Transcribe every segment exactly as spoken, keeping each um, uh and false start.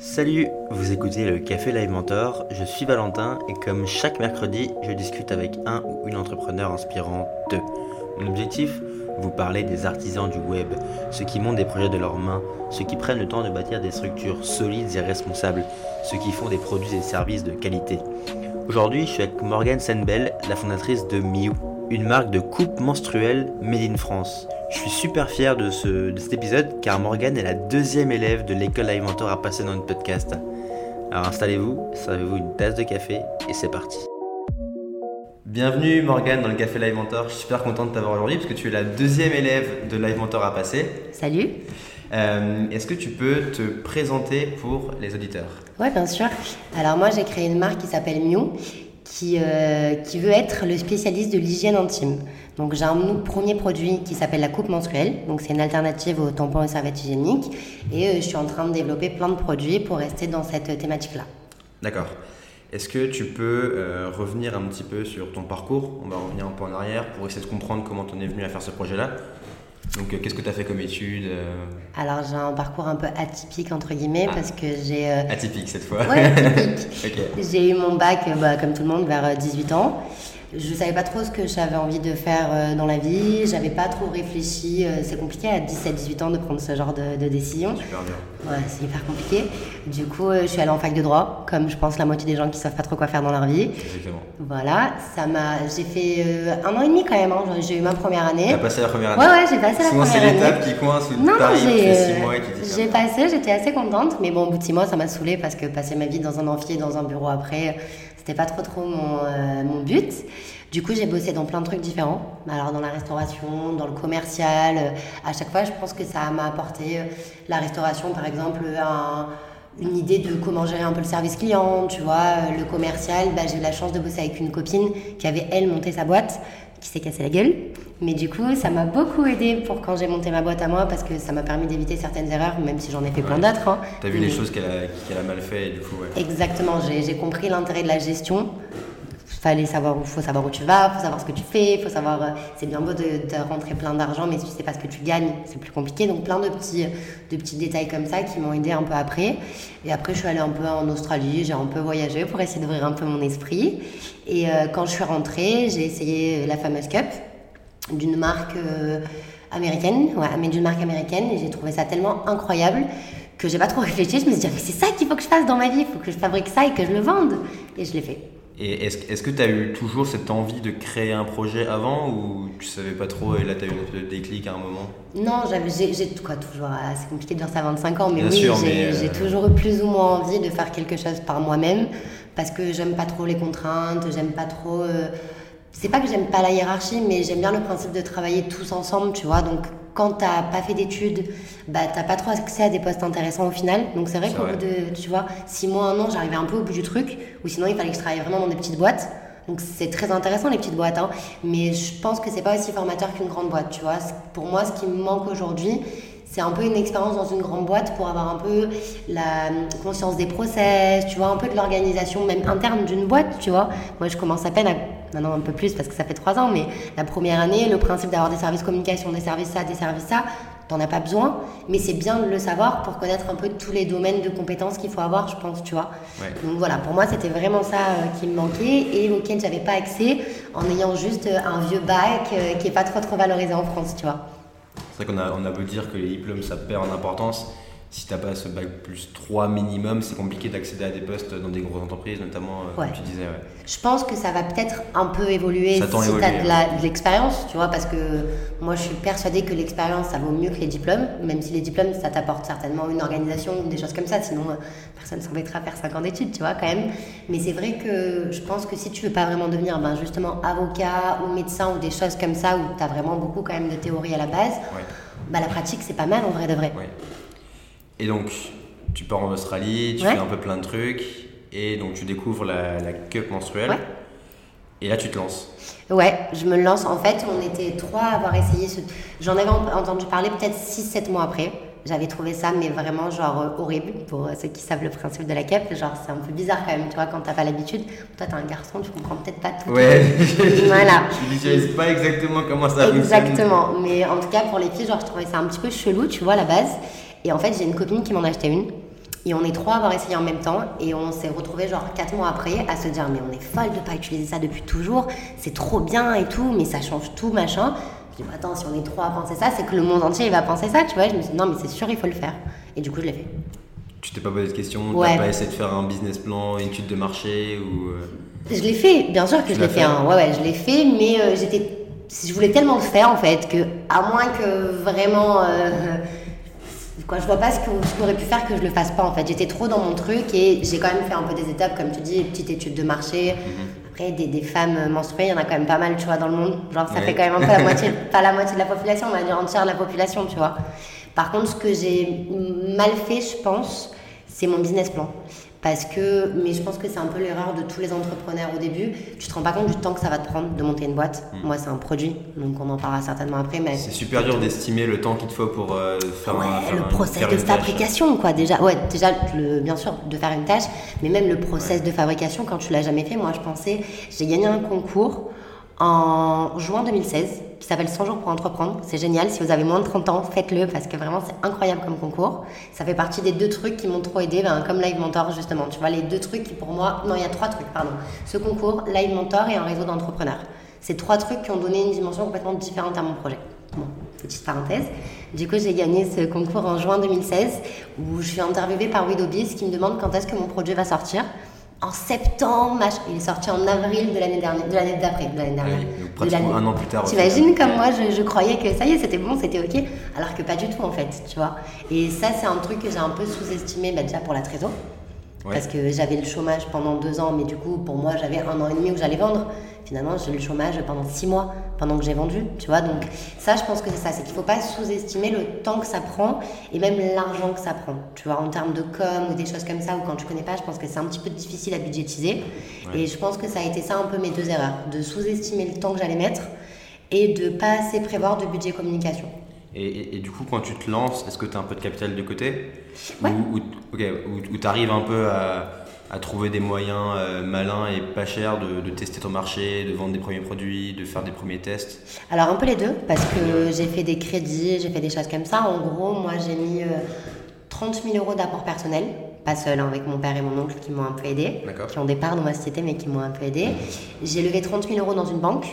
Salut, vous écoutez le Café Live Mentor, je suis Valentin et comme chaque mercredi, je discute avec un ou une entrepreneur inspirante. Mon objectif, vous parler des artisans du web, ceux qui montent des projets de leurs mains, ceux qui prennent le temps de bâtir des structures solides et responsables, ceux qui font des produits et services de qualité. Aujourd'hui, je suis avec Morgane Senbel, la fondatrice de Miu, une marque de coupe menstruelle made in France. Je suis super fier de, ce, de cet épisode car Morgane est la deuxième élève de l'école Live Mentor à passer dans notre podcast. Alors installez-vous, servez-vous une tasse de café et c'est parti. Bienvenue Morgane dans le Café Live Mentor, je suis super content de t'avoir aujourd'hui parce que tu es la deuxième élève de Live Mentor à passer. Salut. Euh, est-ce que tu peux te présenter pour les auditeurs ? Ouais, bien sûr. Alors moi j'ai créé une marque qui s'appelle Miu qui, euh, qui veut être le spécialiste de l'hygiène intime. Donc j'ai un premier produit qui s'appelle la coupe menstruelle, donc c'est une alternative aux tampons et serviettes hygiéniques et euh, je suis en train de développer plein de produits pour rester dans cette thématique-là. D'accord. Est-ce que tu peux euh, revenir un petit peu sur ton parcours ? On va revenir un peu en arrière pour essayer de comprendre comment tu en es venu à faire ce projet-là. Donc euh, qu'est-ce que tu as fait comme études euh... Alors j'ai un parcours un peu atypique entre guillemets ah. parce que j'ai... Euh... Atypique cette fois. Ouais, atypique. Okay. J'ai eu mon bac bah, comme tout le monde vers dix-huit ans. Je ne savais pas trop ce que j'avais envie de faire euh, dans la vie, j'avais pas trop réfléchi, euh, c'est compliqué à dix-sept dix-huit ans de prendre ce genre de, de décision. Super bien. Ouais, c'est hyper compliqué. Du coup, euh, je suis allée en fac de droit, comme je pense la moitié des gens qui savent pas trop quoi faire dans leur vie. Exactement. Voilà, ça m'a, j'ai fait euh, un an et demi quand même, hein. J'ai eu ma première année. Tu as passé la première année ? Ouais, ouais, j'ai passé Souvent, la première année. Souvent c'est l'étape qui coince où non, tu arrives, j'ai, tu fais six mois et qui dit J'ai passé, j'étais assez contente, mais bon, au bout de six mois, ça m'a saoulée parce que passer ma vie dans un amphi et dans un bureau après, c'était pas trop trop mon, euh, mon but. Du coup, j'ai bossé dans plein de trucs différents. Alors, dans la restauration, dans le commercial. À chaque fois, je pense que ça m'a apporté la restauration, par exemple, un, une idée de comment gérer un peu le service client, tu vois. Le commercial, bah, j'ai eu la chance de bosser avec une copine qui avait, elle, monté sa boîte, qui s'est cassé la gueule. Mais du coup, ça m'a beaucoup aidé pour quand j'ai monté ma boîte à moi parce que ça m'a permis d'éviter certaines erreurs, même si j'en ai fait ouais. plein d'autres. Hein. Tu as vu Mais... les choses qu'elle a, qu'elle a mal fait et du coup, ouais. Exactement, j'ai, j'ai compris l'intérêt de la gestion. Fallait savoir où, faut savoir où tu vas, faut savoir ce que tu fais, faut savoir, euh, c'est bien beau de, de rentrer plein d'argent, mais si tu sais pas ce que tu gagnes, c'est plus compliqué. Donc plein de petits, de petits détails comme ça qui m'ont aidé un peu après. Et après, je suis allée un peu en Australie, j'ai un peu voyagé pour essayer d'ouvrir un peu mon esprit. Et euh, quand je suis rentrée, j'ai essayé la fameuse cup d'une marque euh, américaine, ouais, mais d'une marque américaine, et j'ai trouvé ça tellement incroyable que j'ai pas trop réfléchi. Je me suis dit, mais c'est ça qu'il faut que je fasse dans ma vie, il faut que je fabrique ça et que je le vende. Et je l'ai fait. Et est-ce, est-ce que tu as eu toujours cette envie de créer un projet avant ou tu savais pas trop et là tu as eu le déclic à un moment ? Non, j'avais, j'ai, j'ai quoi, toujours, c'est compliqué de dire ça à vingt-cinq ans, mais Bien oui, sûr, j'ai, mais euh... j'ai toujours eu plus ou moins envie de faire quelque chose par moi-même parce que j'aime pas trop les contraintes, j'aime pas trop... Euh... C'est pas que j'aime pas la hiérarchie, mais j'aime bien le principe de travailler tous ensemble, tu vois, donc quand t'as pas fait d'études, bah t'as pas trop accès à des postes intéressants au final. Donc c'est vrai c'est qu'au vrai. bout de, tu vois, six mois, un an, j'arrivais un peu au bout du truc, ou sinon il fallait que je travaille vraiment dans des petites boîtes. Donc c'est très intéressant les petites boîtes, hein, mais je pense que c'est pas aussi formateur qu'une grande boîte, tu vois. Pour moi, ce qui me manque aujourd'hui, c'est un peu une expérience dans une grande boîte pour avoir un peu la conscience des process, tu vois, un peu de l'organisation même interne d'une boîte, tu vois. Moi, je commence à peine à... Maintenant un peu plus parce que ça fait trois ans, mais la première année, le principe d'avoir des services communication, des services ça, des services ça, t'en as pas besoin, mais c'est bien de le savoir pour connaître un peu tous les domaines de compétences qu'il faut avoir, je pense, tu vois. Ouais. Donc voilà, pour moi, c'était vraiment ça euh, qui me manquait et auquel j'avais pas accès en ayant juste euh, un vieux bac euh, qui est pas trop trop valorisé en France, tu vois. C'est vrai qu'on a, on a beau dire que les diplômes, ça perd en importance. Si tu n'as pas ce bac plus trois minimum, c'est compliqué d'accéder à des postes dans des grosses entreprises, notamment, euh, ouais. comme tu disais. Ouais. Je pense que ça va peut-être un peu évoluer ça si tu as de, la, de l'expérience, tu vois, parce que moi, je suis persuadée que l'expérience, ça vaut mieux que les diplômes, même si les diplômes, ça t'apporte certainement une organisation ou des choses comme ça, sinon, euh, personne ne s'embêtera à faire cinq ans d'études, tu vois, quand même. Mais c'est vrai que je pense que si tu veux pas vraiment devenir, ben, justement, avocat ou médecin ou des choses comme ça, où tu as vraiment beaucoup quand même de théorie à la base, ouais. bah, la pratique, c'est pas mal en vrai de vrai. Ouais. Et donc, tu pars en Australie, tu ouais. fais un peu plein de trucs, et donc tu découvres la, la cup menstruelle, ouais. et là tu te lances. Ouais, je me lance. En fait, on était trois à avoir essayé ce... J'en avais entendu parler peut-être six sept mois après. J'avais trouvé ça, mais vraiment genre euh, horrible, pour ceux qui savent le principe de la cup. Genre, c'est un peu bizarre quand même, tu vois, quand t'as pas l'habitude. Toi, t'es un garçon, tu comprends peut-être pas tout. Ouais, voilà. Je visualise pas exactement comment ça fonctionne. Exactement, mais en tout cas, pour les filles, genre, je trouvais ça un petit peu chelou, tu vois, à la base. Et en fait, j'ai une copine qui m'en a acheté une. Et on est trois à avoir essayé en même temps et on s'est retrouvés genre quatre mois après à se dire mais on est folle de pas utiliser ça depuis toujours, c'est trop bien et tout, mais ça change tout, machin. Je dis bah, attends, si on est trois à penser ça, c'est que le monde entier il va penser ça, tu vois. Je me suis dit non mais c'est sûr, il faut le faire. Et du coup je l'ai fait. Tu t'es pas posé de questions, ouais. T'as pas essayé de faire un business plan, une étude de marché ou... Euh... Je l'ai fait, bien sûr que tu je l'ai fait, fait hein. ouais ouais je l'ai fait, mais euh, j'étais... je voulais tellement le faire en fait que à moins que vraiment... Euh, Quoi, je vois pas ce que ce qu'aurait pu faire que je le fasse pas en fait. J'étais trop dans mon truc et j'ai quand même fait un peu des étapes, comme tu dis, petite étude de marché. Mm-hmm. Après, des, des femmes menstruées, il y en a quand même pas mal, tu vois, dans le monde. Genre, ça ouais. fait quand même un peu la moitié, pas la moitié de la population, on va dire un tiers de la population, tu vois. Par contre, ce que j'ai mal fait, je pense, c'est mon business plan. Parce que, mais je pense que c'est un peu l'erreur de tous les entrepreneurs au début. Tu te rends pas compte du temps que ça va te prendre de monter une boîte. Mmh. Moi, c'est un produit, donc on en parlera certainement après. Mais c'est super dur d'estimer le temps qu'il te faut pour euh, faire, ouais, un, faire le un, process faire de fabrication, quoi. Déjà, ouais, déjà, le, bien sûr, de faire une tâche, mais même le process ouais. de fabrication, quand tu l'as jamais fait, moi, je pensais, j'ai gagné un concours en juin deux mille seize qui s'appelle cent jours pour entreprendre. C'est génial, si vous avez moins de trente ans, faites-le parce que vraiment c'est incroyable comme concours. Ça fait partie des deux trucs qui m'ont trop aidé, ben, comme Live Mentor justement. Tu vois, les deux trucs qui pour moi, non il y a trois trucs, pardon. Ce concours, Live Mentor et un réseau d'entrepreneurs. C'est trois trucs qui ont donné une dimension complètement différente à mon projet. Bon, petite parenthèse. Du coup, j'ai gagné ce concours en juin deux mille seize où je suis interviewée par Widobiz qui me demande quand est-ce que mon projet va sortir. En septembre, machin. Il est sorti en avril de l'année dernière, de l'année d'après, de l'année dernière. Oui, donc pratiquement un an plus tard. T'imagines comme moi, je, je croyais que ça y est, c'était bon, c'était ok, alors que pas du tout en fait, tu vois. Et ça, c'est un truc que j'ai un peu sous-estimé, bah, déjà pour la trésor, ouais. parce que j'avais le chômage pendant deux ans, mais du coup, pour moi, j'avais un an et demi où j'allais vendre. Finalement, j'ai eu le chômage pendant six mois, pendant que j'ai vendu, tu vois. Donc ça, je pense que c'est ça, c'est qu'il faut pas sous-estimer le temps que ça prend et même l'argent que ça prend, tu vois, en termes de com ou des choses comme ça, ou quand tu connais pas, je pense que c'est un petit peu difficile à budgétiser. Ouais. Et je pense que ça a été ça un peu mes deux erreurs, de sous-estimer le temps que j'allais mettre et de pas assez prévoir de budget communication. Et, et, et du coup, quand tu te lances, est-ce que tu as un peu de capital de côté? Ouais. Ou, ou, okay, ou, ou tu arrives un peu à, à trouver des moyens euh, malins et pas chers de, de tester ton marché, de vendre des premiers produits, de faire des premiers tests? Alors un peu les deux, parce que j'ai fait des crédits, j'ai fait des choses comme ça. En gros, moi j'ai mis euh, trente mille euros d'apport personnel. Pas seul, hein, avec mon père et mon oncle qui m'ont un peu aidé, D'accord. qui ont des parts dans ma société mais qui m'ont un peu aidé. J'ai levé trente mille euros dans une banque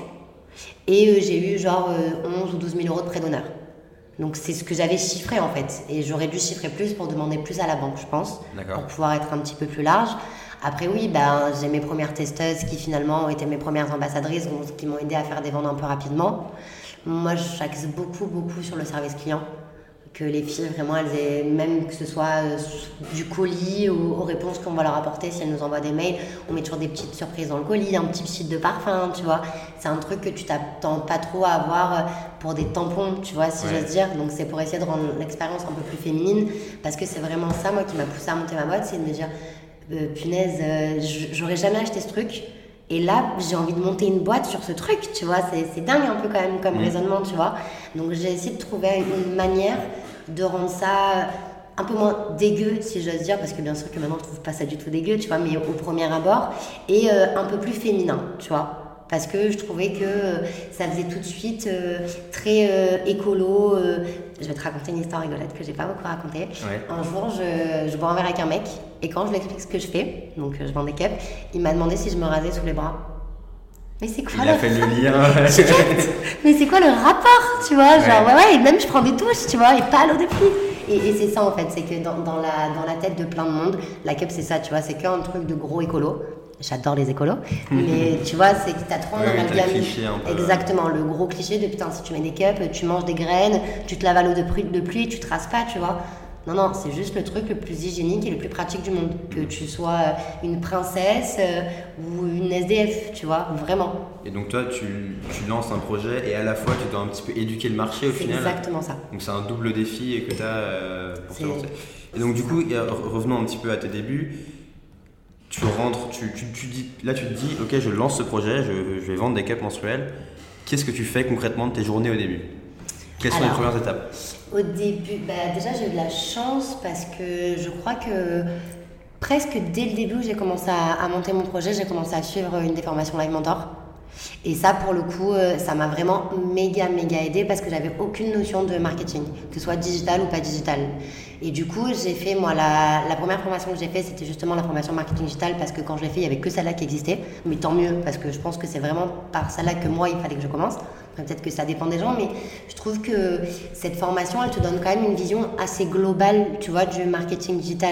et euh, j'ai eu genre euh, onze ou douze mille euros de prêt d'honneur. Donc c'est ce que j'avais chiffré en fait, et j'aurais dû chiffrer plus pour demander plus à la banque, je pense, D'accord. pour pouvoir être un petit peu plus large. Après oui, ben, j'ai mes premières testeuses qui finalement ont été mes premières ambassadrices, donc, qui m'ont aidé à faire des ventes un peu rapidement. Moi j'axe beaucoup beaucoup sur le service client, que les filles vraiment elles aient, même que ce soit euh, du colis ou aux réponses qu'on va leur apporter si elles nous envoient des mails, on met toujours des petites surprises dans le colis, un petit sheet de parfum, tu vois, c'est un truc que tu t'attends pas trop à avoir pour des tampons, tu vois, si ouais. j'ose dire. Donc c'est pour essayer de rendre l'expérience un peu plus féminine, parce que c'est vraiment ça moi qui m'a poussée à monter ma boîte, c'est de me dire euh, punaise, euh, j'aurais jamais acheté ce truc. Et là, j'ai envie de monter une boîte sur ce truc, tu vois, c'est, c'est dingue un peu quand même comme mmh. raisonnement, tu vois. Donc j'ai essayé de trouver une manière de rendre ça un peu moins dégueu, si j'ose dire, parce que bien sûr que maintenant je trouve pas ça du tout dégueu, tu vois, mais au premier abord, et euh, un peu plus féminin, tu vois. Parce que je trouvais que euh, ça faisait tout de suite euh, très euh, écolo. Euh, je vais te raconter une histoire rigolote que j'ai pas beaucoup racontée. Ouais. Un jour, je, je bois un verre avec un mec, et quand je lui explique ce que je fais, donc je vends des cups, il m'a demandé si je me rasais sous les bras. Mais c'est quoi il le a fait le lien. Mais c'est quoi le rapport, tu vois, genre ouais. ouais ouais, et même je prends des touches, tu vois, et pas à l'eau de pluie. Et, et c'est ça en fait, c'est que dans, dans, la, dans la tête de plein de monde, la cup c'est ça, tu vois, c'est qu'un truc de gros écolo. J'adore les écolos, mais tu vois, c'est que t'as trop un ouais, amalgame. Un Exactement, le gros cliché de putain, si tu mets des cups, tu manges des graines, tu te laves à l'eau de pluie, de pluie, tu te rases pas, tu vois. Non, non, c'est juste le truc le plus hygiénique et le plus pratique du monde. Que tu sois une princesse euh, ou une S D F, tu vois, vraiment. Et donc toi, tu, tu lances un projet et à la fois, tu dois un petit peu éduquer le marché au c'est final. C'est exactement ça. Donc c'est un double défi que tu as euh, pour c'est... te lancer. Et donc du coup, revenons un petit peu à tes débuts. Tu rentres, tu, tu, tu dis, là tu te dis, ok, je lance ce projet, je, je vais vendre des cups menstruels. Qu'est-ce que tu fais concrètement de tes journées au début? Quelles sont Alors, les premières étapes? Au début, bah déjà j'ai eu de la chance parce que je crois que presque dès le début où j'ai commencé à, à monter mon projet, j'ai commencé à suivre une des formations Live Mentor. Et ça, pour le coup, euh, ça m'a vraiment méga, méga aidé parce que j'avais aucune notion de marketing, que ce soit digital ou pas digital. Et du coup, j'ai fait, moi, la, la première formation que j'ai fait, c'était justement la formation marketing digital parce que quand je l'ai fait, il n'y avait que celle-là qui existait. Mais tant mieux, parce que je pense que c'est vraiment par celle-là que moi, il fallait que je commence. Après, peut-être que ça dépend des gens, mais je trouve que cette formation, elle te donne quand même une vision assez globale, tu vois, du marketing digital.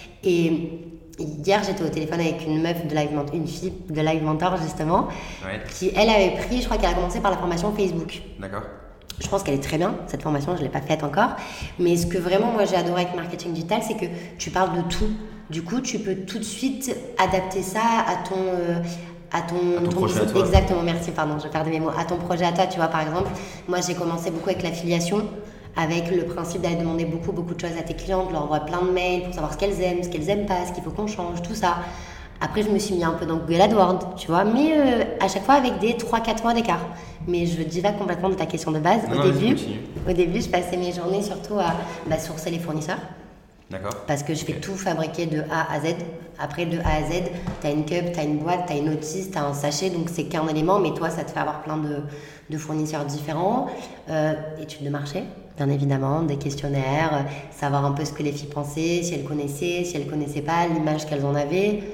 Et hier, j'étais au téléphone avec une meuf de Live Mentor, une fille de Live Mentor, justement, ouais. qui, elle, avait pris, je crois qu'elle a commencé par la formation Facebook. D'accord. Je pense qu'elle est très bien, cette formation, je ne l'ai pas faite encore. Mais ce que vraiment, moi, j'ai adoré avec marketing digital, c'est que tu parles de tout. Du coup, tu peux tout de suite adapter ça à ton... Euh, à ton, à ton, ton projet à toi. Exactement, merci, pardon, je perds mes mots. À ton projet à toi, tu vois, par exemple, moi, j'ai commencé beaucoup avec l'affiliation, avec le principe d'aller demander beaucoup, beaucoup de choses à tes clients, de leur envoyer plein de mails pour savoir ce qu'elles aiment, ce qu'elles aiment pas, ce qu'il faut qu'on change, tout ça. Après, je me suis mis un peu dans Google AdWords, tu vois, mais euh, à chaque fois avec des trois quatre mois d'écart. Mais je divague complètement de ta question de base. Non, au, non, début, au début, je passais mes journées surtout à bah, sourcer les fournisseurs. D'accord. Parce que je fais okay. tout fabriquer de A à Z. Après, de A à Z, tu as une cup, tu as une boîte, tu as une notice, tu as un sachet, donc c'est qu'un élément, mais toi, ça te fait avoir plein de, de fournisseurs différents. Euh, études de marché, bien évidemment, des questionnaires, euh, savoir un peu ce que les filles pensaient, si elles connaissaient, si elles ne connaissaient pas, l'image qu'elles en avaient.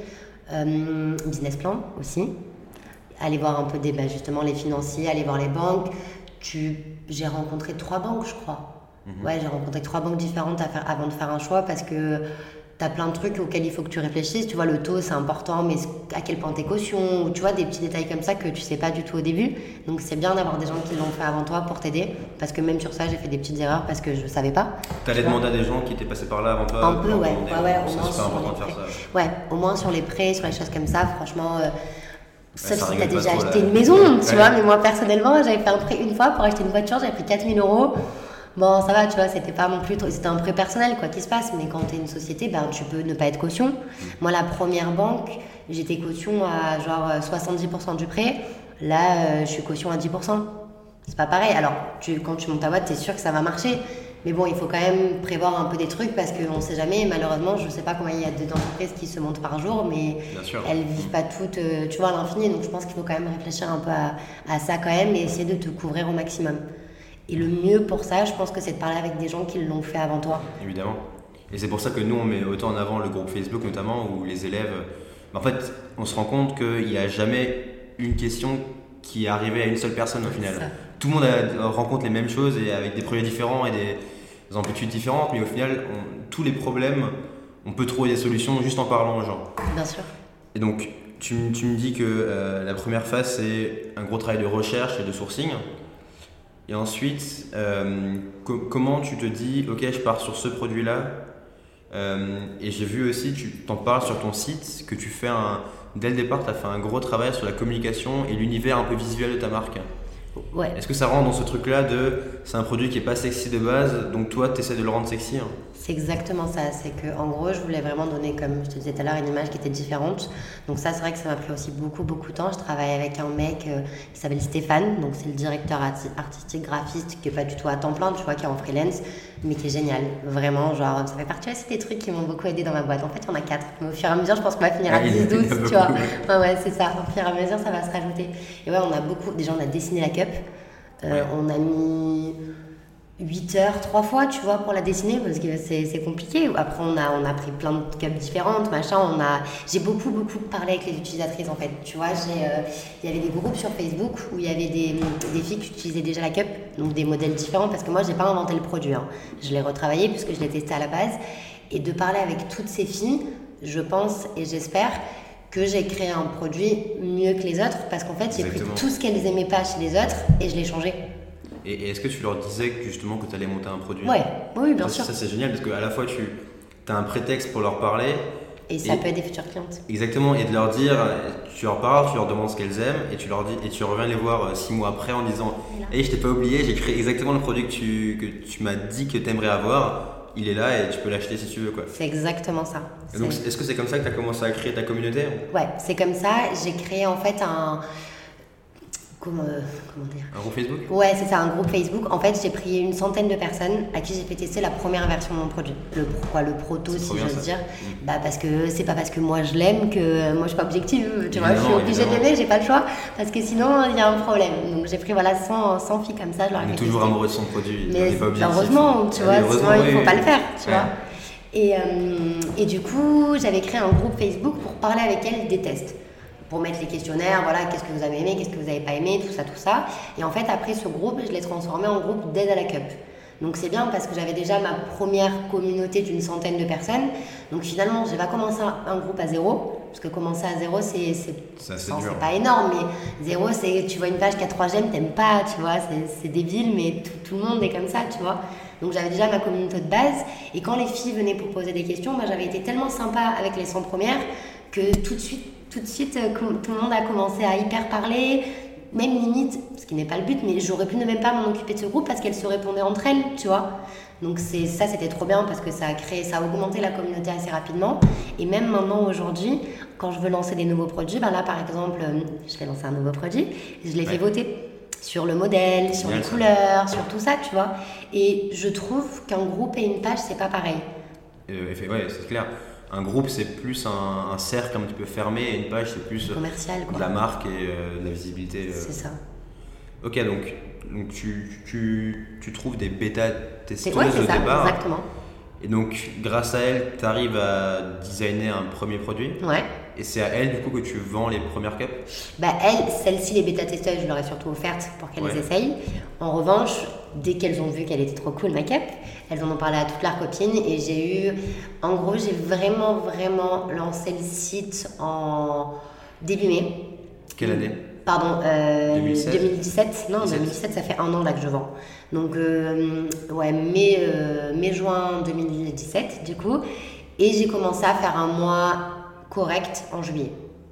Euh, business plan aussi. Aller voir un peu des, bah, justement les financiers, aller voir les banques. Tu, j'ai rencontré trois banques, je crois. Mmh. Ouais, j'ai rencontré trois banques différentes à faire, avant de faire un choix parce que tu as plein de trucs auxquels il faut que tu réfléchisses. Tu vois, le taux, c'est important, mais à quel point t'es caution, ou tu vois, des petits détails comme ça que tu sais pas du tout au début. Donc, c'est bien d'avoir des gens qui l'ont fait avant toi pour t'aider. Parce que même sur ça, j'ai fait des petites erreurs parce que je savais pas. T'allais demander à des gens qui étaient passés par là avant toi? Un peu, ouais. Ouais, ouais, au moins c'est sur important les de faire prêts. ça. Ouais, au moins sur les prêts, sur les choses comme ça, franchement. Euh, Sauf ouais, si tu as déjà trop, acheté là. une maison, tu ouais. vois. Mais moi, personnellement, j'avais fait un prêt une fois pour acheter une voiture, j'avais pris quatre mille euros. Bon, ça va, tu vois, c'était pas non plus... C'était un prêt personnel, quoi qu'il se passe. Mais quand t'es une société, ben, tu peux ne pas être caution. Moi, la première banque, j'étais caution à genre soixante-dix pour cent du prêt. Là, euh, je suis caution à dix pour cent. C'est pas pareil. Alors, tu, quand tu montes ta boîte, t'es sûr que ça va marcher. Mais bon, il faut quand même prévoir un peu des trucs parce qu'on sait jamais. Malheureusement, je sais pas combien il y a d'entreprises qui se montent par jour, mais elles vivent pas toutes, euh, tu vois, à l'infini. Donc, je pense qu'il faut quand même réfléchir un peu à, à ça quand même et essayer de te couvrir au maximum. Et le mieux pour ça, je pense que c'est de parler avec des gens qui l'ont fait avant toi. Évidemment. Et c'est pour ça que nous, on met autant en avant le groupe Facebook notamment, où les élèves... En fait, on se rend compte qu'il n'y a jamais une question qui est arrivée à une seule personne au final. Tout le monde a, rencontre les mêmes choses et avec des projets différents et des, des amplitudes différentes, mais au final, on, tous les problèmes, on peut trouver des solutions juste en parlant aux gens. Bien sûr. Et donc, tu, tu me dis que euh, la première phase, c'est un gros travail de recherche et de sourcing. Et ensuite, euh, co- comment tu te dis, ok, je pars sur ce produit-là. Euh, et j'ai vu aussi, tu t'en parles sur ton site, que tu fais un, dès le départ, tu as fait un gros travail sur la communication et l'univers un peu visuel de ta marque. Ouais. Est-ce que ça rentre dans ce truc-là de, c'est un produit qui est pas sexy de base, donc toi, tu essaies de le rendre sexy, hein? C'est exactement ça, c'est que en gros je voulais vraiment donner, comme je te disais tout à l'heure, une image qui était différente. Donc ça, c'est vrai que ça m'a pris aussi beaucoup beaucoup de temps. Je travaille avec un mec euh, qui s'appelle Stéphane, donc c'est le directeur arti- artistique graphiste qui est pas du tout à temps plein, tu vois, qui est en freelance, mais qui est génial, vraiment, genre ça fait partie aussi des trucs qui m'ont beaucoup aidé dans ma boîte. En fait il y en a quatre, mais au fur et à mesure je pense qu'on va finir à dix douze, tu vois. Ouais, ouais, c'est ça, au fur et à mesure ça va se rajouter. Et ouais, on a beaucoup, déjà on a dessiné la cup, euh, ouais. On a mis huit heures trois fois, tu vois, pour la dessiner parce que c'est, c'est compliqué. Après on a, on a pris plein de cups différentes, machin. On a, j'ai beaucoup beaucoup parlé avec les utilisatrices en fait, tu vois. J'ai, euh, il y avait des groupes sur Facebook où il y avait des, des filles qui utilisaient déjà la cup, donc des modèles différents parce que moi j'ai pas inventé le produit, hein. Je l'ai retravaillé puisque je l'ai testé à la base. Et de parler avec toutes ces filles, je pense et j'espère que j'ai créé un produit mieux que les autres parce qu'en fait j'ai Exactement. pris tout ce qu'elles aimaient pas chez les autres et je l'ai changé. Et est-ce que tu leur disais que, justement que tu allais monter un produit? Ouais, oui, bien ça, sûr. Ça, c'est génial parce qu'à la fois, tu as un prétexte pour leur parler. Et ça et, peut être des futures clientes. Exactement, et de leur dire, tu leur parles, tu leur demandes ce qu'elles aiment et tu, leur dis, et tu reviens les voir six mois après en disant « Hey, je t'ai pas oublié, j'ai créé exactement le produit que tu, que tu m'as dit que tu aimerais avoir. Il est là et tu peux l'acheter si tu veux. » quoi. C'est exactement ça. Et donc, est-ce que c'est comme ça que tu as commencé à créer ta communauté? Ouais, c'est comme ça. J'ai créé en fait un... comment, euh, comment dire Un groupe Facebook? Ouais, c'est ça, un groupe Facebook. En fait, j'ai pris une centaine de personnes à qui j'ai fait tester la première version de mon produit. Le, quoi, le proto, c'est si bien, j'ose ça. dire. Mmh. Bah, parce que c'est pas parce que moi je l'aime que moi je suis pas objective. Tu vois, je suis Évidemment, obligée de évidemment. l'aimer, j'ai pas le choix. Parce que sinon, il y a un problème. Donc j'ai pris voilà cent, cent filles comme ça. Je leur ai On est fait toujours tester. amoureux de son produit. Mais on n'est pas objectif. heureusement, tu Ah vois, oui, sinon heureusement, il oui, faut oui, pas oui. le faire, tu Ouais. vois. Et, euh, et du coup, j'avais créé un groupe Facebook pour parler avec elles des tests. Pour mettre les questionnaires, voilà, qu'est-ce que vous avez aimé, qu'est-ce que vous n'avez pas aimé, tout ça, tout ça. Et en fait, après ce groupe, je l'ai transformé en groupe d'aide à la cup. Donc c'est bien parce que j'avais déjà ma première communauté d'une centaine de personnes. Donc finalement, j'ai pas commencé un groupe à zéro. Parce que commencer à zéro, c'est, c'est, C'est assez enfin, dur. c'est pas énorme, mais zéro, c'est tu vois une page qui a trois j'aime, t'aimes pas, tu vois, c'est, c'est débile, mais tout, tout le monde est comme ça, tu vois. Donc j'avais déjà ma communauté de base, et quand les filles venaient pour poser des questions, moi j'avais été tellement sympa avec les cent premières que tout de suite, tout de suite, euh, tout le monde a commencé à hyper parler, même limite, ce qui n'est pas le but, mais j'aurais pu ne même pas m'en occuper de ce groupe parce qu'elles se répondaient entre elles, tu vois. Donc c'est, ça c'était trop bien parce que ça a créé, ça a augmenté la communauté assez rapidement. Et même maintenant aujourd'hui, quand je veux lancer des nouveaux produits, ben là par exemple, euh, je vais lancer un nouveau produit, je l'ai Ouais. fait voter sur le modèle, sur Génial, les ça. couleurs, sur tout ça, tu vois. Et je trouve qu'un groupe et une page, c'est pas pareil. Euh, effe- ouais, c'est clair. Un groupe, c'est plus un, un cercle un petit peu fermé, et une page, c'est plus euh, Commercial, quoi. de la marque et euh, de la visibilité. euh. C'est ça. Ok, donc, donc tu, tu, tu trouves des C'est, bêta-testeuses ouais, c'est au ça, départ. exactement. Et donc, grâce à elles, tu arrives à designer un premier produit. Ouais. Et c'est à elles, du coup, que tu vends les premières cups. Bah elles, celles-ci, les bêta-testeuses, je leur ai surtout offertes pour qu'elles Ouais. les essayent. En revanche, dès qu'elles ont vu qu'elle était trop cool, ma cup, elles en ont parlé à toutes leurs copines et j'ai eu... En gros, j'ai vraiment, vraiment lancé le site en début mai. Quelle année? Pardon, euh, deux mille seize? deux mille dix-sept. Non, dix-sept. deux mille dix-sept, ça fait un an là que je vends. Donc, euh, ouais, mai, euh, mai-juin deux mille dix-sept, du coup. Et j'ai commencé à faire un mois correct en juillet.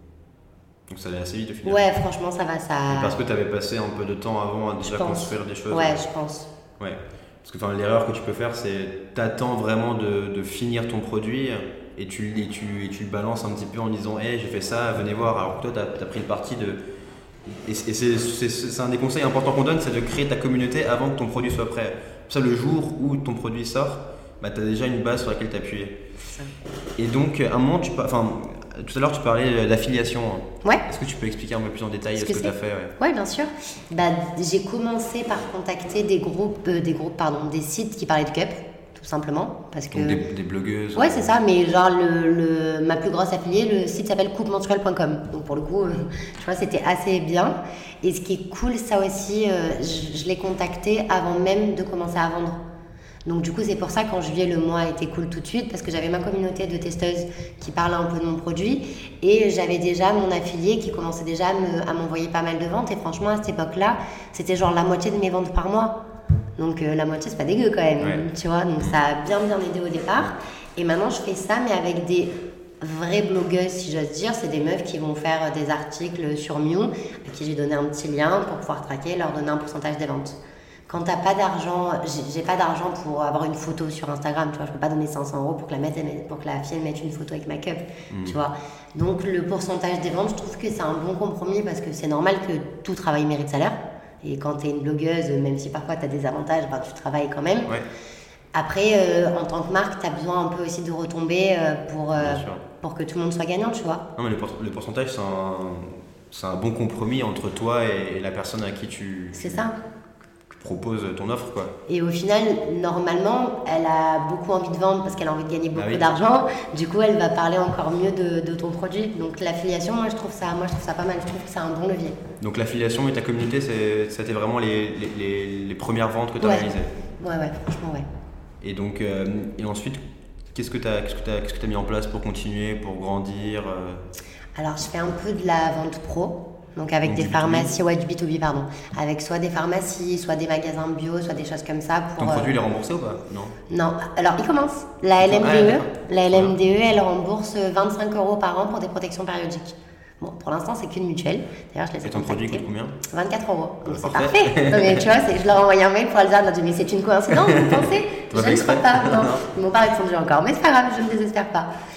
Donc ça allait assez vite au final. Ouais, franchement, ça va, ça... Et parce que tu avais passé un peu de temps avant à je déjà pense. construire des choses. Ouais, je pense. Ouais. Parce que enfin, l'erreur que tu peux faire, c'est t'attends vraiment de, de finir ton produit et tu, et, tu, et tu le balances un petit peu en disant hey, j'ai fait ça, venez voir. Alors que toi, tu as pris le parti de. Et, et c'est, c'est, c'est un des conseils importants qu'on donne, c'est de créer ta communauté avant que ton produit soit prêt. Ça, le jour où ton produit sort, bah, tu as déjà une base sur laquelle t'appuyer. C'est ça. Et donc, à un moment, tu, par- enfin, tout à l'heure, tu parlais d'affiliation. Ouais. Est-ce que tu peux expliquer un peu plus en détail Ce ce que que c'est. tu as fait? Ouais. Ouais, bien sûr. Bah, j'ai commencé par contacter des groupes, euh, des groupes, pardon, des sites qui parlaient de cup, tout simplement, parce que. Donc, des, des blogueuses. Ouais, c'est ça, mais genre le, le- ma plus grosse affiliée, le site s'appelle coupe menstruelle point com. Donc pour le coup, euh, tu vois, c'était assez bien. Et ce qui est cool, ça aussi, euh, je, je l'ai contacté avant même de commencer à vendre. Donc du coup, c'est pour ça qu'en juillet, le mois a été cool tout de suite, parce que j'avais ma communauté de testeuses qui parlaient un peu de mon produit, et j'avais déjà mon affilié qui commençait déjà à, me, à m'envoyer pas mal de ventes, et franchement, à cette époque-là, c'était genre la moitié de mes ventes par mois. Donc euh, la moitié, c'est pas dégueu quand même, Ouais. tu vois, donc ça a bien bien aidé au départ. Et maintenant, je fais ça, mais avec des vraies blogueuses, si j'ose dire. C'est des meufs qui vont faire des articles sur Miu, à qui j'ai donné un petit lien pour pouvoir traquer, leur donner un pourcentage des ventes. Quand t'as pas d'argent, j'ai, j'ai pas d'argent pour avoir une photo sur Instagram, tu vois, je peux pas donner cinq cents euros pour que la, mette, pour que la fille elle mette une photo avec ma cup, tu vois. Donc le pourcentage des ventes, je trouve que c'est un bon compromis parce que c'est normal que tout travail mérite salaire. Et quand t'es une blogueuse, même si parfois t'as des avantages, ben, tu travailles quand même. Ouais. Après, euh, en tant que marque, t'as besoin un peu aussi de retombées euh, pour, euh, Bien sûr. pour que tout le monde soit gagnant, tu vois. Non, mais le, pour- le pourcentage, c'est un, c'est un bon compromis entre toi et, et la personne à qui tu, C'est tu- ça. tu proposes ton offre, quoi. Et au final, normalement, elle a beaucoup envie de vendre parce qu'elle a envie de gagner beaucoup Ah oui. d'argent. Du coup, elle va parler encore mieux de, de ton produit. Donc l'affiliation, moi je trouve ça, moi je trouve ça pas mal. Je trouve que c'est un bon levier. Donc l'affiliation et ta communauté, c'est, c'était vraiment les, les, les, les premières ventes que tu as Ouais. réalisées. Ouais, ouais, franchement, ouais. Et donc, euh, et ensuite, qu'est-ce que tu as, qu'est-ce que t'as, qu'est-ce que t'as mis en place pour continuer, pour grandir euh, Alors, je fais un peu de la vente pro. Donc avec Donc des du B deux B. pharmacies, ouais, du B deux B, pardon. Avec soit des pharmacies, soit des magasins bio, soit des choses comme ça. Pour, Ton euh, produit, il est remboursé ou pas? Non. Non, alors il commence. La L M D E, Ah, d'accord. la L M D E, elle rembourse vingt-cinq euros par an pour des protections périodiques. Bon, pour l'instant, c'est qu'une mutuelle. D'ailleurs, je les ai Et ton produit contactés. coûte combien? vingt-quatre euros. Donc c'est parfait. parfait. Non, mais tu vois, c'est- je leur ai envoyé un mail pour Alza, elle m'a dit mais c'est une coïncidence, vous pensez? Tu vas Je pas ne exprès? crois pas. Non, Non. ils m'ont pas répondu encore, mais c'est pas grave, je ne désespère pas.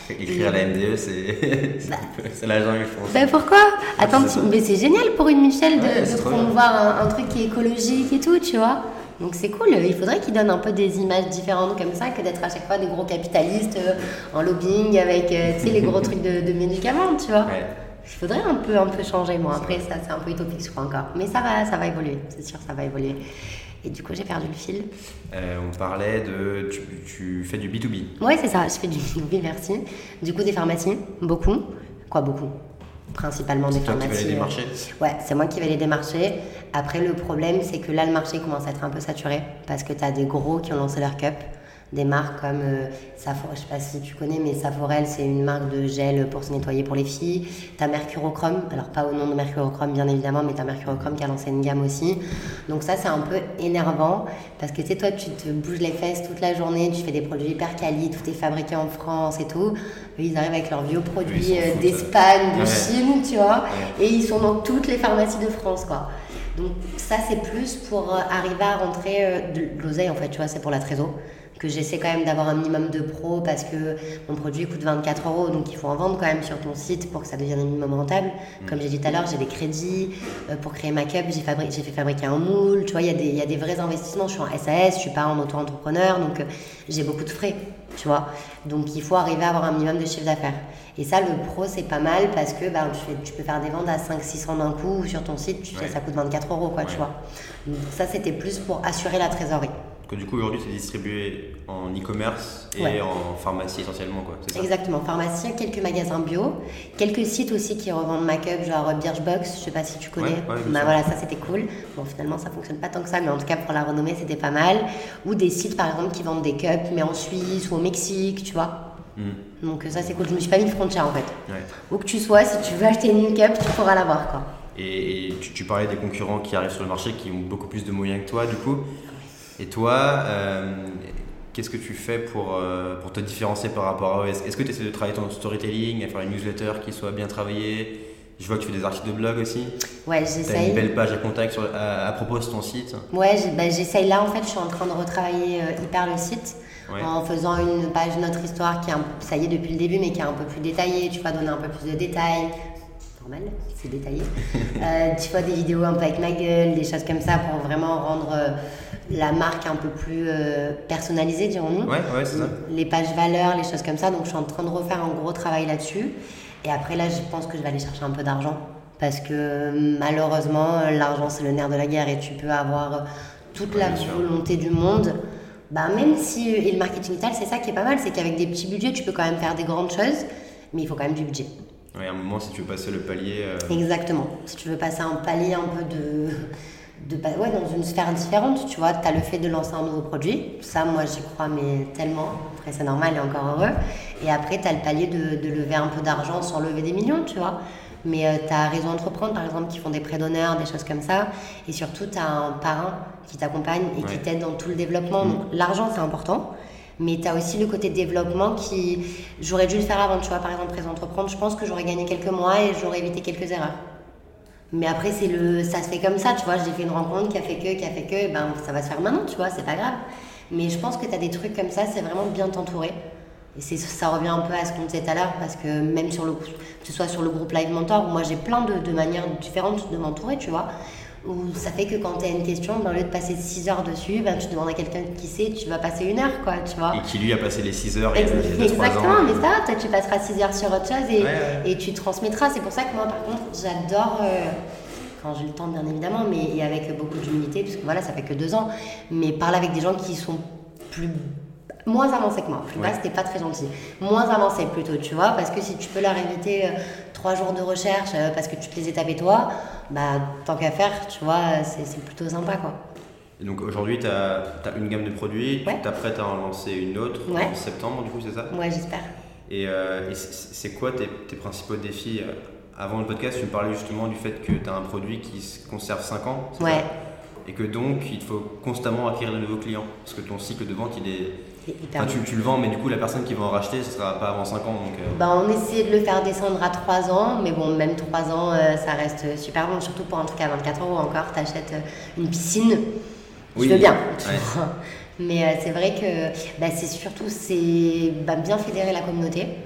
Écrire à la M D E, c'est, bah, c'est la jungle, je pense. Bah pourquoi? Attends, tu... mais c'est génial pour une Michelle de, ouais, de promouvoir un, un truc qui est écologique et tout, tu vois. Donc c'est cool, il faudrait qu'ils donnent un peu des images différentes comme ça que d'être à chaque fois des gros capitalistes euh, en lobbying avec euh, tu sais, les gros trucs de, de médicaments, tu vois. Ouais. Il faudrait un peu, un peu changer, moi. Après, ça, c'est un peu utopique, je crois encore. Mais ça va, ça va évoluer, c'est sûr, ça va évoluer. Et du coup, j'ai perdu le fil. Euh, on parlait de... Tu, tu fais du B deux B. Ouais, c'est ça, je fais du B deux B, merci. Du coup, des pharmacies, beaucoup. Quoi, beaucoup? Principalement des pharmacies. C'est toi qui vas les démarcher? Ouais, c'est moi qui vais les démarcher. Après, le problème, c'est que là, le marché commence à être un peu saturé parce que tu as des gros qui ont lancé leur cup. Des marques comme euh, Saphor, je sais pas si tu connais, mais Saphorel, c'est une marque de gel pour se nettoyer pour les filles. T'as Mercurochrome, alors pas au nom de Mercurochrome bien évidemment, mais t'as Mercurochrome qui a lancé une gamme aussi. Donc ça, c'est un peu énervant parce que tu sais, toi, tu te bouges les fesses toute la journée, tu fais des produits hyper quali, tout est fabriqué en France et tout. Eux, ils arrivent avec leurs vieux produits oui, euh, d'Espagne, de ouais. Chine, tu vois, ouais. Et ils sont dans toutes les pharmacies de France, quoi. Donc ça, c'est plus pour euh, arriver à rentrer euh, de l'oseille, en fait, tu vois, c'est pour la trésor. Que j'essaie quand même d'avoir un minimum de pro parce que mon produit coûte vingt-quatre euros, donc il faut en vendre quand même sur ton site pour que ça devienne un minimum rentable. Mmh. Comme j'ai dit tout à l'heure, j'ai des crédits euh, pour créer ma cup, j'ai, fabri- j'ai fait fabriquer un moule, tu vois, il y a des, il y a des vrais investissements. Je suis en S A S, je suis pas en auto-entrepreneur, donc euh, j'ai beaucoup de frais, tu vois. Donc il faut arriver à avoir un minimum de chiffre d'affaires. Et ça, le pro, c'est pas mal parce que bah, tu, fais, tu peux faire des ventes à cinq cents six cents d'un coup sur ton site, tu ouais. fais, ça coûte vingt-quatre euros, quoi, ouais. tu vois. Donc ça, c'était plus pour assurer la trésorerie. Que du coup, aujourd'hui, c'est distribué en e-commerce et ouais. en pharmacie essentiellement, quoi. C'est ça? Exactement, pharmacie, quelques magasins bio, quelques sites aussi qui revendent make-up, genre Birchbox, je sais pas si tu connais. Ouais, ouais, bah voilà, ça c'était cool. Bon, finalement, ça fonctionne pas tant que ça, mais en tout cas, pour la renommée, c'était pas mal. Ou des sites, par exemple, qui vendent des cups, mais en Suisse ou au Mexique, tu vois. Mm. Donc ça, c'est cool. Je me suis pas mis de frontière, en fait. Ouais. Où que tu sois, si tu veux acheter une cup, tu pourras l'avoir, quoi. Et tu, tu parlais des concurrents qui arrivent sur le marché, qui ont beaucoup plus de moyens que toi, du coup. Et toi, euh, qu'est-ce que tu fais pour, euh, pour te différencier par rapport à eux? Est-ce, est-ce que tu essaies de travailler ton storytelling, à faire une newsletter qui soit bien travaillée? Je vois que tu fais des articles de blog aussi. Ouais, j'essaye. Tu as une belle page à contact sur, à, à propos de ton site. Ouais, j'ai, bah, j'essaye. Là, en fait, je suis en train de retravailler euh, hyper le site. Ouais. En faisant une page Notre Histoire qui est un, ça y est depuis le début, mais qui est un peu plus détaillée. Tu vas donner un peu plus de détails. Normal, c'est détaillé. euh, tu vois des vidéos un peu avec ma gueule, des choses comme ça pour vraiment rendre euh, la marque un peu plus euh, personnalisée, dirons-nous. Ouais, ouais, c'est ça. Les pages valeurs, les choses comme ça. Donc je suis en train de refaire un gros travail là-dessus. Et après là, je pense que je vais aller chercher un peu d'argent parce que malheureusement, l'argent c'est le nerf de la guerre et tu peux avoir toute ouais, la volonté du monde. Bah même si et le marketing digital, c'est ça qui est pas mal, c'est qu'avec des petits budgets, tu peux quand même faire des grandes choses, mais il faut quand même du budget. Oui, à un moment, si tu veux passer le palier... Euh... Exactement. Si tu veux passer un palier un peu de... de ouais, dans une sphère différente, tu vois, tu as le fait de lancer un nouveau produit. Ça, moi, j'y crois, mais tellement. Après, c'est normal et encore heureux. Et après, tu as le palier de, de lever un peu d'argent sans lever des millions, tu vois. Mais euh, tu as Réseau Entreprendre, par exemple, qui font des prêts d'honneur, des choses comme ça. Et surtout, tu as un parrain qui t'accompagne et ouais. qui t'aide dans tout le développement. Mmh. Donc, l'argent, c'est important. Mais tu as aussi le côté développement qui... J'aurais dû le faire avant, tu vois, par exemple, Réseau Entreprendre, je pense que j'aurais gagné quelques mois et j'aurais évité quelques erreurs. Mais après, c'est le... ça se fait comme ça, tu vois, j'ai fait une rencontre qui a fait que, qui a fait que, ben ça va se faire maintenant, tu vois, c'est pas grave. Mais je pense que tu as des trucs comme ça, c'est vraiment bien t'entourer. Et c'est, ça revient un peu à ce qu'on disait tout à l'heure, parce que même sur le, que ce soit sur le groupe Live Mentor, moi j'ai plein de, de manières différentes de m'entourer, tu vois. Où ça fait que quand tu as une question, ben, au lieu de passer six heures dessus, ben, tu demandes à quelqu'un qui sait, tu vas passer une heure, quoi, tu vois. Et qui lui a passé les six heures et Ex- il y a trois ans. Exactement, mais ça, toi tu passeras six heures sur autre chose et, ouais, ouais. et tu transmettras. C'est pour ça que moi, par contre, j'adore, euh, quand j'ai le temps bien évidemment, mais et avec beaucoup d'humilité, parce que voilà, ça fait que deux ans, mais parler avec des gens qui sont plus... moins avancés que moi, plus bas, ouais. C'était pas très gentil. Moins avancés plutôt, tu vois, parce que si tu peux leur éviter euh, trois jours de recherche euh, parce que tu te les étapes toi, bah tant qu'à faire, tu vois, c'est, c'est plutôt sympa, quoi. Et donc aujourd'hui, tu as une gamme de produits, ouais. Tu t'apprêtes à en lancer une autre ouais. En septembre, du coup, c'est ça? Ouais, j'espère. Et, euh, et c'est, c'est quoi tes, tes principaux défis? Avant le podcast, tu me parlais justement du fait que tu as un produit qui se conserve cinq ans, c'est ouais. ça? Et que donc, il faut constamment acquérir de nouveaux clients, parce que ton cycle de vente, il est... Enfin, tu, tu le vends, mais du coup, la personne qui va en racheter, ce ne sera pas avant cinq ans. Donc, euh... bah, on essaie de le faire descendre à trois ans, mais bon, même trois ans, euh, ça reste super bon, surtout pour un truc à vingt-quatre euros encore. Tu achètes une piscine, oui. Je veux bien, tu ouais. vois. Mais euh, c'est vrai que bah, c'est surtout c'est, bah, bien fédérer la communauté,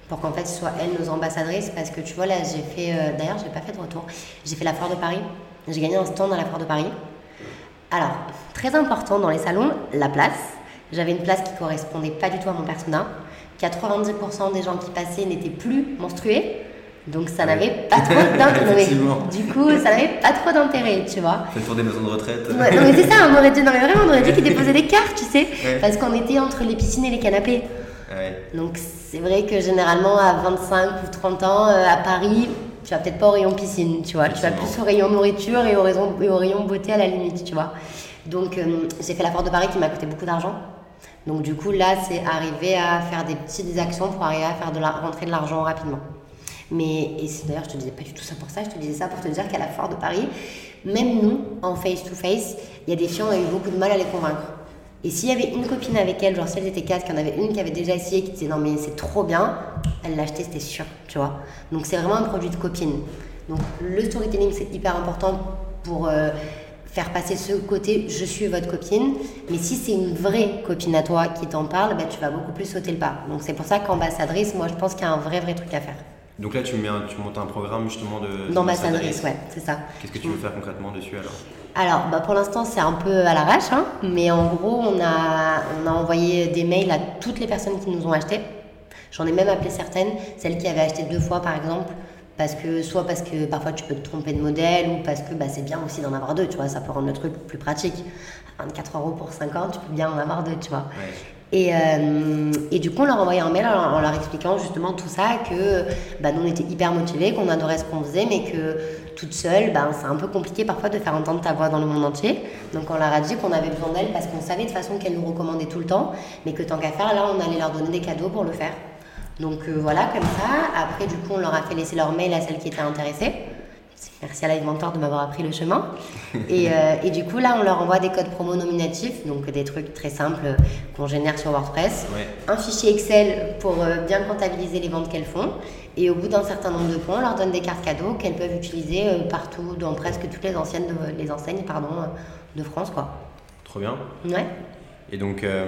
pour qu'en fait ce soit elles nos ambassadrices, parce que tu vois là j'ai fait, euh, d'ailleurs j'ai pas fait de retour, j'ai fait la foire de Paris, j'ai gagné un stand à la foire de Paris. Alors, très important dans les salons, la place. J'avais une place qui correspondait pas du tout à mon persona. quatre-vingt-dix pour cent des gens qui passaient n'étaient plus menstrués, donc ça n'avait pas trop d'intérêt. Du coup, ça n'avait pas trop d'intérêt, tu vois. Fait le tour des maisons de retraite. Ouais, non mais c'est ça, on aurait dit, non mais vraiment, on aurait dit qu'ils déposaient des cartes, tu sais, ouais. Parce qu'on était entre les piscines et les canapés. Ouais. Donc c'est vrai que généralement à vingt-cinq ou trente ans, euh, à Paris, tu vas peut-être pas au rayon piscine, tu vois. Tu vas plus au rayon nourriture et au rayon, et au rayon beauté à la limite, tu vois. Donc euh, j'ai fait la foire de Paris qui m'a coûté beaucoup d'argent. Donc du coup là c'est arrivé à faire des petites actions pour arriver à faire de la, rentrer de l'argent rapidement. Mais et c'est, d'ailleurs je te disais pas du tout ça pour ça, je te disais ça pour te dire qu'à la foire de Paris, même nous en face to face, il y a des filles, on a eu beaucoup de mal à les convaincre. Et s'il y avait une copine avec elle, genre si elles étaient quatre, qu'il y en avait une qui avait déjà essayé, qui disait non mais c'est trop bien, elle l'achetait, c'était sûr, tu vois. Donc c'est vraiment un produit de copine. Donc le storytelling c'est hyper important pour euh, faire passer ce côté je suis votre copine, mais si c'est une vraie copine à toi qui t'en parle, bah, tu vas beaucoup plus sauter le pas. Donc c'est pour ça qu'ambassadrice, moi je pense qu'il y a un vrai vrai truc à faire. Donc là tu, mets un, tu montes un programme justement de d'ambassadrice, ouais, c'est ça. Qu'est-ce que tu veux faire concrètement dessus alors? Alors bah pour l'instant c'est un peu à l'arrache, hein, mais en gros on a, on a envoyé des mails à toutes les personnes qui nous ont acheté. J'en ai même appelé certaines, celles qui avaient acheté deux fois par exemple. Parce que, soit parce que parfois tu peux te tromper de modèle ou parce que bah, c'est bien aussi d'en avoir deux, tu vois, ça peut rendre le truc plus pratique. vingt-quatre euros pour cinquante, tu peux bien en avoir deux, tu vois. Ouais. Et, euh, et du coup, on leur envoyait un mail en, en leur expliquant justement tout ça, que bah, nous on était hyper motivés, qu'on adorait ce qu'on faisait, mais que toute seule, bah, c'est un peu compliqué parfois de faire entendre ta voix dans le monde entier. Donc on leur a dit qu'on avait besoin d'elles parce qu'on savait de toute façon qu'elles nous recommandaient tout le temps, mais que tant qu'à faire, là on allait leur donner des cadeaux pour le faire. Donc euh, voilà, comme ça. Après, du coup, on leur a fait laisser leur mail à celles qui étaient intéressées. Merci à Livementor de m'avoir appris le chemin. Et, euh, et du coup, là, on leur envoie des codes promo nominatifs, donc des trucs très simples euh, qu'on génère sur WordPress. Ouais. Un fichier Excel pour euh, bien comptabiliser les ventes qu'elles font. Et au bout d'un certain nombre de points, on leur donne des cartes cadeaux qu'elles peuvent utiliser euh, partout, dans presque toutes les, anciennes de, les enseignes pardon, euh, de France, quoi. Trop bien. Ouais. Et donc... Euh...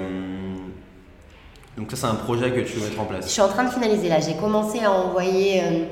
Donc ça c'est un projet que tu veux mettre en place. Je suis en train de finaliser là, j'ai commencé à envoyer, euh,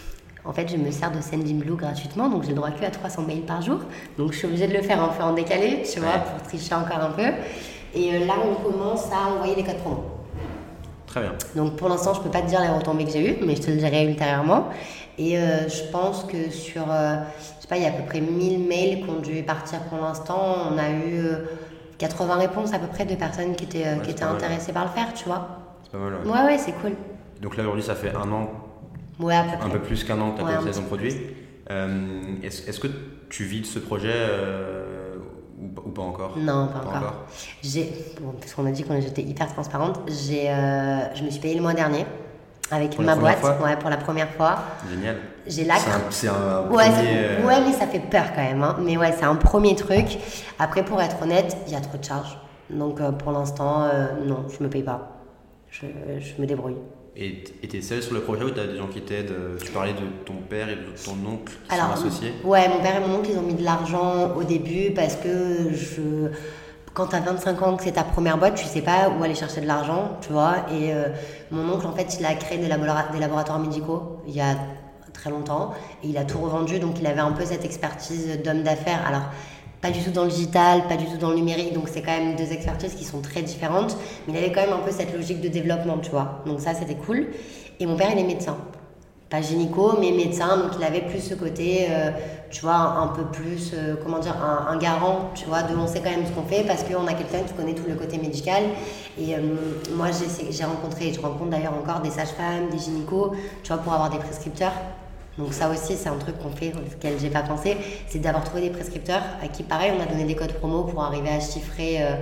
en fait je me sers de Sendinblue gratuitement, donc j'ai le droit que à trois cents mails par jour, donc je suis obligée de le faire un peu en décalé, tu vois, ouais. Pour tricher encore un peu. Et euh, là on commence à envoyer les codes promo. Très bien. Donc pour l'instant je peux pas te dire les retombées que j'ai eues, mais je te le dirai ultérieurement. Et euh, je pense que sur, euh, je sais pas, il y a à peu près mille mails qui ont dû partir pour l'instant, on a eu... Euh, quatre-vingts réponses à peu près de personnes qui étaient, ouais, qui étaient intéressées par le faire, tu vois. C'est pas mal, ouais. Ouais, ouais, c'est cool. Donc là, aujourd'hui, ça fait un an, ouais, à peu près. Un peu plus qu'un an que tu as ouais, commencé ton produit. Euh, est-ce, est-ce que tu vis de ce projet euh, ou, ou pas encore? Non, pas, pas encore. encore. J'ai, bon, parce qu'on a dit qu'on était hyper transparente, j'ai, euh, je me suis payée le mois dernier avec pour ma boîte, ouais, pour la première fois. Génial. J'ai l'acre. C'est un, c'est un ouais, premier... ça, ouais, mais ça fait peur quand même. Hein. Mais ouais, c'est un premier truc. Après, pour être honnête, il y a trop de charges. Donc euh, pour l'instant, euh, non, je me paye pas. Je, je me débrouille. Et tu es seule sur le projet ou tu as des gens qui t'aident? Tu parlais de ton père et de ton oncle qui Alors, sont associés? Ouais, mon père et mon oncle, ils ont mis de l'argent au début parce que je... Quand tu as vingt-cinq ans, que c'est ta première boîte, tu sais pas où aller chercher de l'argent, tu vois. Et euh, mon oncle, en fait, il a créé des, labora- des laboratoires médicaux il y a très longtemps. Et il a tout revendu, donc il avait un peu cette expertise d'homme d'affaires. Alors, pas du tout dans le digital, pas du tout dans le numérique, donc c'est quand même deux expertises qui sont très différentes. Mais il avait quand même un peu cette logique de développement, tu vois. Donc ça, c'était cool. Et mon père, il est médecin. Pas gynéco, mais médecin, donc il avait plus ce côté, euh, tu vois, un peu plus, euh, comment dire, un, un garant, tu vois, de on sait quand même ce qu'on fait parce qu'on a quelqu'un qui connaît tout le côté médical. Et euh, moi, j'ai, j'ai rencontré, je rencontre d'ailleurs encore des sages-femmes, des gynécos, tu vois, pour avoir des prescripteurs. Donc ça aussi, c'est un truc qu'on fait, auquel j'ai pas pensé, c'est d'avoir trouvé des prescripteurs à qui, pareil, on a donné des codes promo pour arriver à chiffrer euh,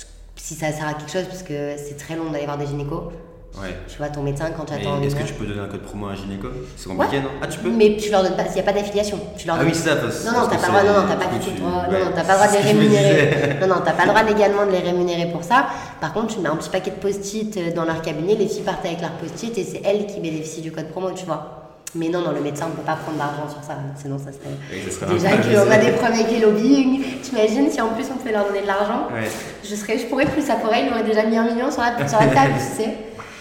si ça sert à quelque chose, parce que c'est très long d'aller voir des gynécos. Ouais. Tu vois ton médecin quand tu attends. Est-ce que tu peux donner un code promo à un gynéco? C'est compliqué, ouais. Non? Ah, tu peux? Mais tu leur donnes pas, il n'y a pas d'affiliation. Tu leur ah donnes... oui, c'est ça. Parce, non, non, t'as pas le droit, non, non, t'as pas du tout le droit, non, non, t'as pas le droit de les rémunérer. Non, non, t'as pas le droit légalement de les rémunérer pour ça. Par contre, tu mets un petit paquet de post-it dans leur cabinet, les filles partent avec leur post-it et c'est elles qui bénéficient du code promo, tu vois. Mais non, non, le médecin ne peut pas prendre d'argent sur ça, sinon ça serait. Oui, ça serait déjà qu'on a des preuves avec les lobbying. T'imagines si en plus on pouvait leur donner de l'argent? Ouais. Je serais, je pourrais plus, ça pourrait, ils auraient déjà mis un million sur la, sur la table, tu sais.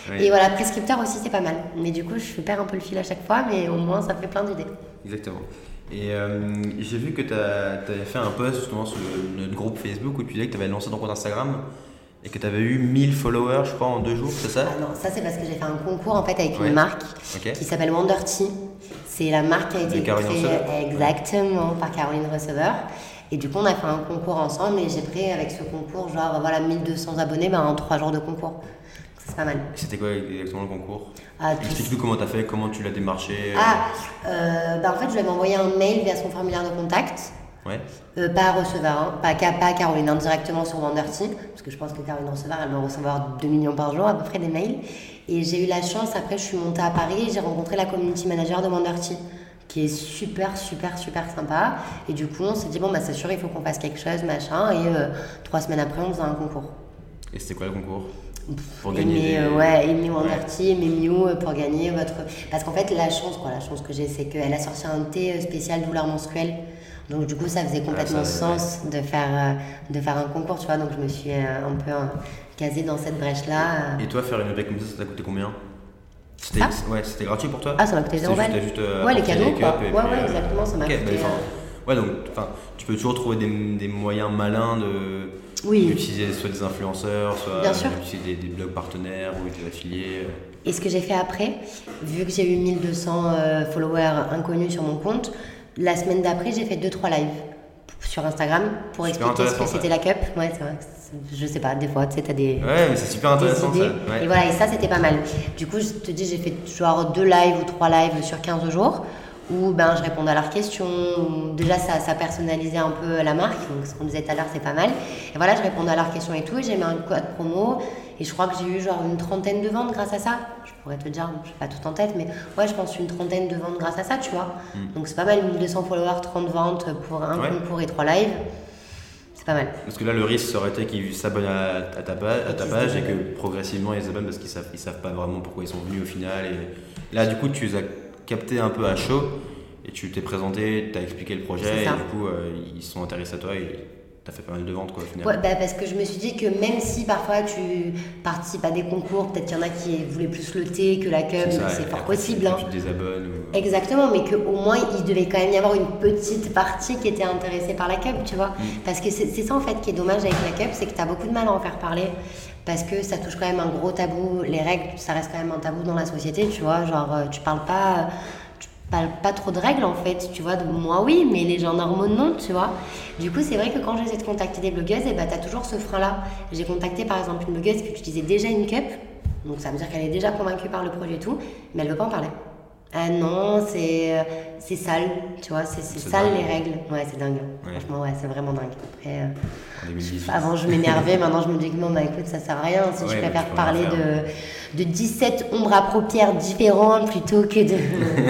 Oui. Et voilà, prescripteur aussi, c'est pas mal. Mais du coup, je perds un peu le fil à chaque fois, mais au moins, ça fait plein d'idées. Exactement. Et euh, j'ai vu que tu avais fait un post justement sur le, notre groupe Facebook où tu disais que tu avais lancé ton compte Instagram et que tu avais eu mille followers, je crois, en deux jours, c'est ça? Ah non, ça c'est parce que j'ai fait un concours en fait avec Ouais. une marque Ok. qui s'appelle Wonderty. C'est la marque qui a été De Caroline créée Receveur. exactement par Caroline Receveur. Et du coup, on a fait un concours ensemble et j'ai pris avec ce concours, genre voilà, mille deux cents abonnés ben, en trois jours de concours. Donc, ça, c'est pas mal. Et c'était quoi exactement le concours? Ah, tout- Explique-nous comment tu as fait, comment tu l'as démarché. euh, Ah, euh, ben, en fait, je lui avais envoyé un mail via son formulaire de contact. Ouais. Euh, pas à Receveur, hein, pas, à- pas à Caroline, hein, directement sur Wonderty, parce que je pense que Caroline Receveur, elle doit recevoir deux millions par jour à peu près des mails. Et j'ai eu la chance, après je suis montée à Paris et j'ai rencontré la community manager de Wonderty, qui est super, super, super sympa. Et du coup, on s'est dit, bon, bah c'est sûr, il faut qu'on fasse quelque chose, machin. Et euh, trois semaines après, on faisait un concours. Et c'était quoi le concours? Pour Aimer, gagner des... euh, ouais, aimer Wonderty, aimer Miu euh, pour gagner votre... Parce qu'en fait, la chance, quoi, la chance que j'ai, c'est qu'elle a sorti un thé euh, spécial douleur menstruelle. Donc du coup, ça faisait complètement Ah, ça, sens de, faire, euh, de faire un concours, tu vois. Donc je me suis euh, un peu euh, casée dans cette brèche-là. euh. Et toi, faire une veille comme ça, ça t'a coûté combien? C'était Ah. ouais, c'était gratuit pour toi? Ah, ça m'a coûté zéro C'était balles. juste, t'as juste, euh, Ouais, les apporté cadeaux, cups quoi. et Ouais, puis, ouais, euh, exactement, ça m'a ok, coûté, bah, enfin, euh, ouais, donc enfin, tu peux toujours trouver des, des moyens malins de Oui. d'utiliser soit des influenceurs, soit Bien sûr. d'utiliser des, des blogs partenaires ou des affiliés. Et ce que j'ai fait après, vu que j'ai eu mille deux cents euh, followers inconnus sur mon compte, la semaine d'après, j'ai fait deux trois lives sur Instagram pour Super expliquer ce que intéressant, c'était la cup. Ouais, c'est vrai. que c'est- Je sais pas, des fois, tu sais, t'as des... Ouais, mais c'est super des intéressant idées. ça. Ouais. Et voilà, et ça c'était pas mal. Du coup, je te dis, j'ai fait genre deux lives ou trois lives sur quinze jours où ben, je répondais à leurs questions. Où déjà, ça, ça personnalisait un peu la marque. Donc, ce qu'on disait tout à l'heure, c'est pas mal. Et voilà, je répondais à leurs questions et tout. Et j'ai mis un code promo. Et je crois que j'ai eu genre une trentaine de ventes grâce à ça. Je pourrais te dire, je sais pas tout en tête, mais ouais, je pense une trentaine de ventes grâce à ça, tu vois. Mm. Donc, c'est pas mal, mille deux cents followers, trente ventes pour un Ouais. concours et trois lives. C'est pas mal. Parce que là, le risque ça aurait été qu'ils s'abonnent à, à ta page, à ta Et qu'ils page se et que désabonnent. progressivement ils s'abonnent parce qu'ils savent, ils savent pas vraiment pourquoi ils sont venus au final. Et là, du coup, tu les as captés un peu à chaud et tu t'es présenté, tu as expliqué le projet C'est et ça. du coup, euh, ils sont intéressés à toi et tu as fait pas mal de ventes quoi, au final. Ouais, bah, parce que je me suis dit que même si parfois tu participes à des concours, peut-être qu'il y en a qui voulaient plus le thé que la cup, C'est ça, c'est et fort après, possible. tu- Hein. Tu te désabonnes. Ou... Exactement, mais qu'au moins il devait quand même y avoir une petite partie qui était intéressée par la cup, tu vois. Mm. Parce que c'est c'est ça en fait qui est dommage avec la cup, c'est que tu as beaucoup de mal à en faire parler. Parce que ça touche quand même un gros tabou. Les règles, ça reste quand même un tabou dans la société, tu vois. Genre, euh, tu parles pas. Tu parles pas trop de règles en fait, tu vois. De moi, oui, mais les gens normaux, non, tu vois. Du coup, c'est vrai que quand j'essaie de contacter des blogueuses, et bah, tu as toujours ce frein-là. J'ai contacté par exemple une blogueuse qui utilisait déjà une cup. Donc ça veut dire qu'elle est déjà convaincue par le produit et tout, mais elle veut pas en parler. Ah non, c'est euh, c'est sale, tu vois, c'est c'est C'est sale dingue. les règles. Ouais, c'est dingue. Ouais. Franchement, ouais, c'est vraiment dingue. Après, euh, En deux mille dix-huit. avant, je m'énervais, maintenant, je me dis que non, bah écoute, ça sert à rien. Si Ouais, je mais préfère tu peux rien parler faire. de, de dix-sept ombres à paupières différentes plutôt que de.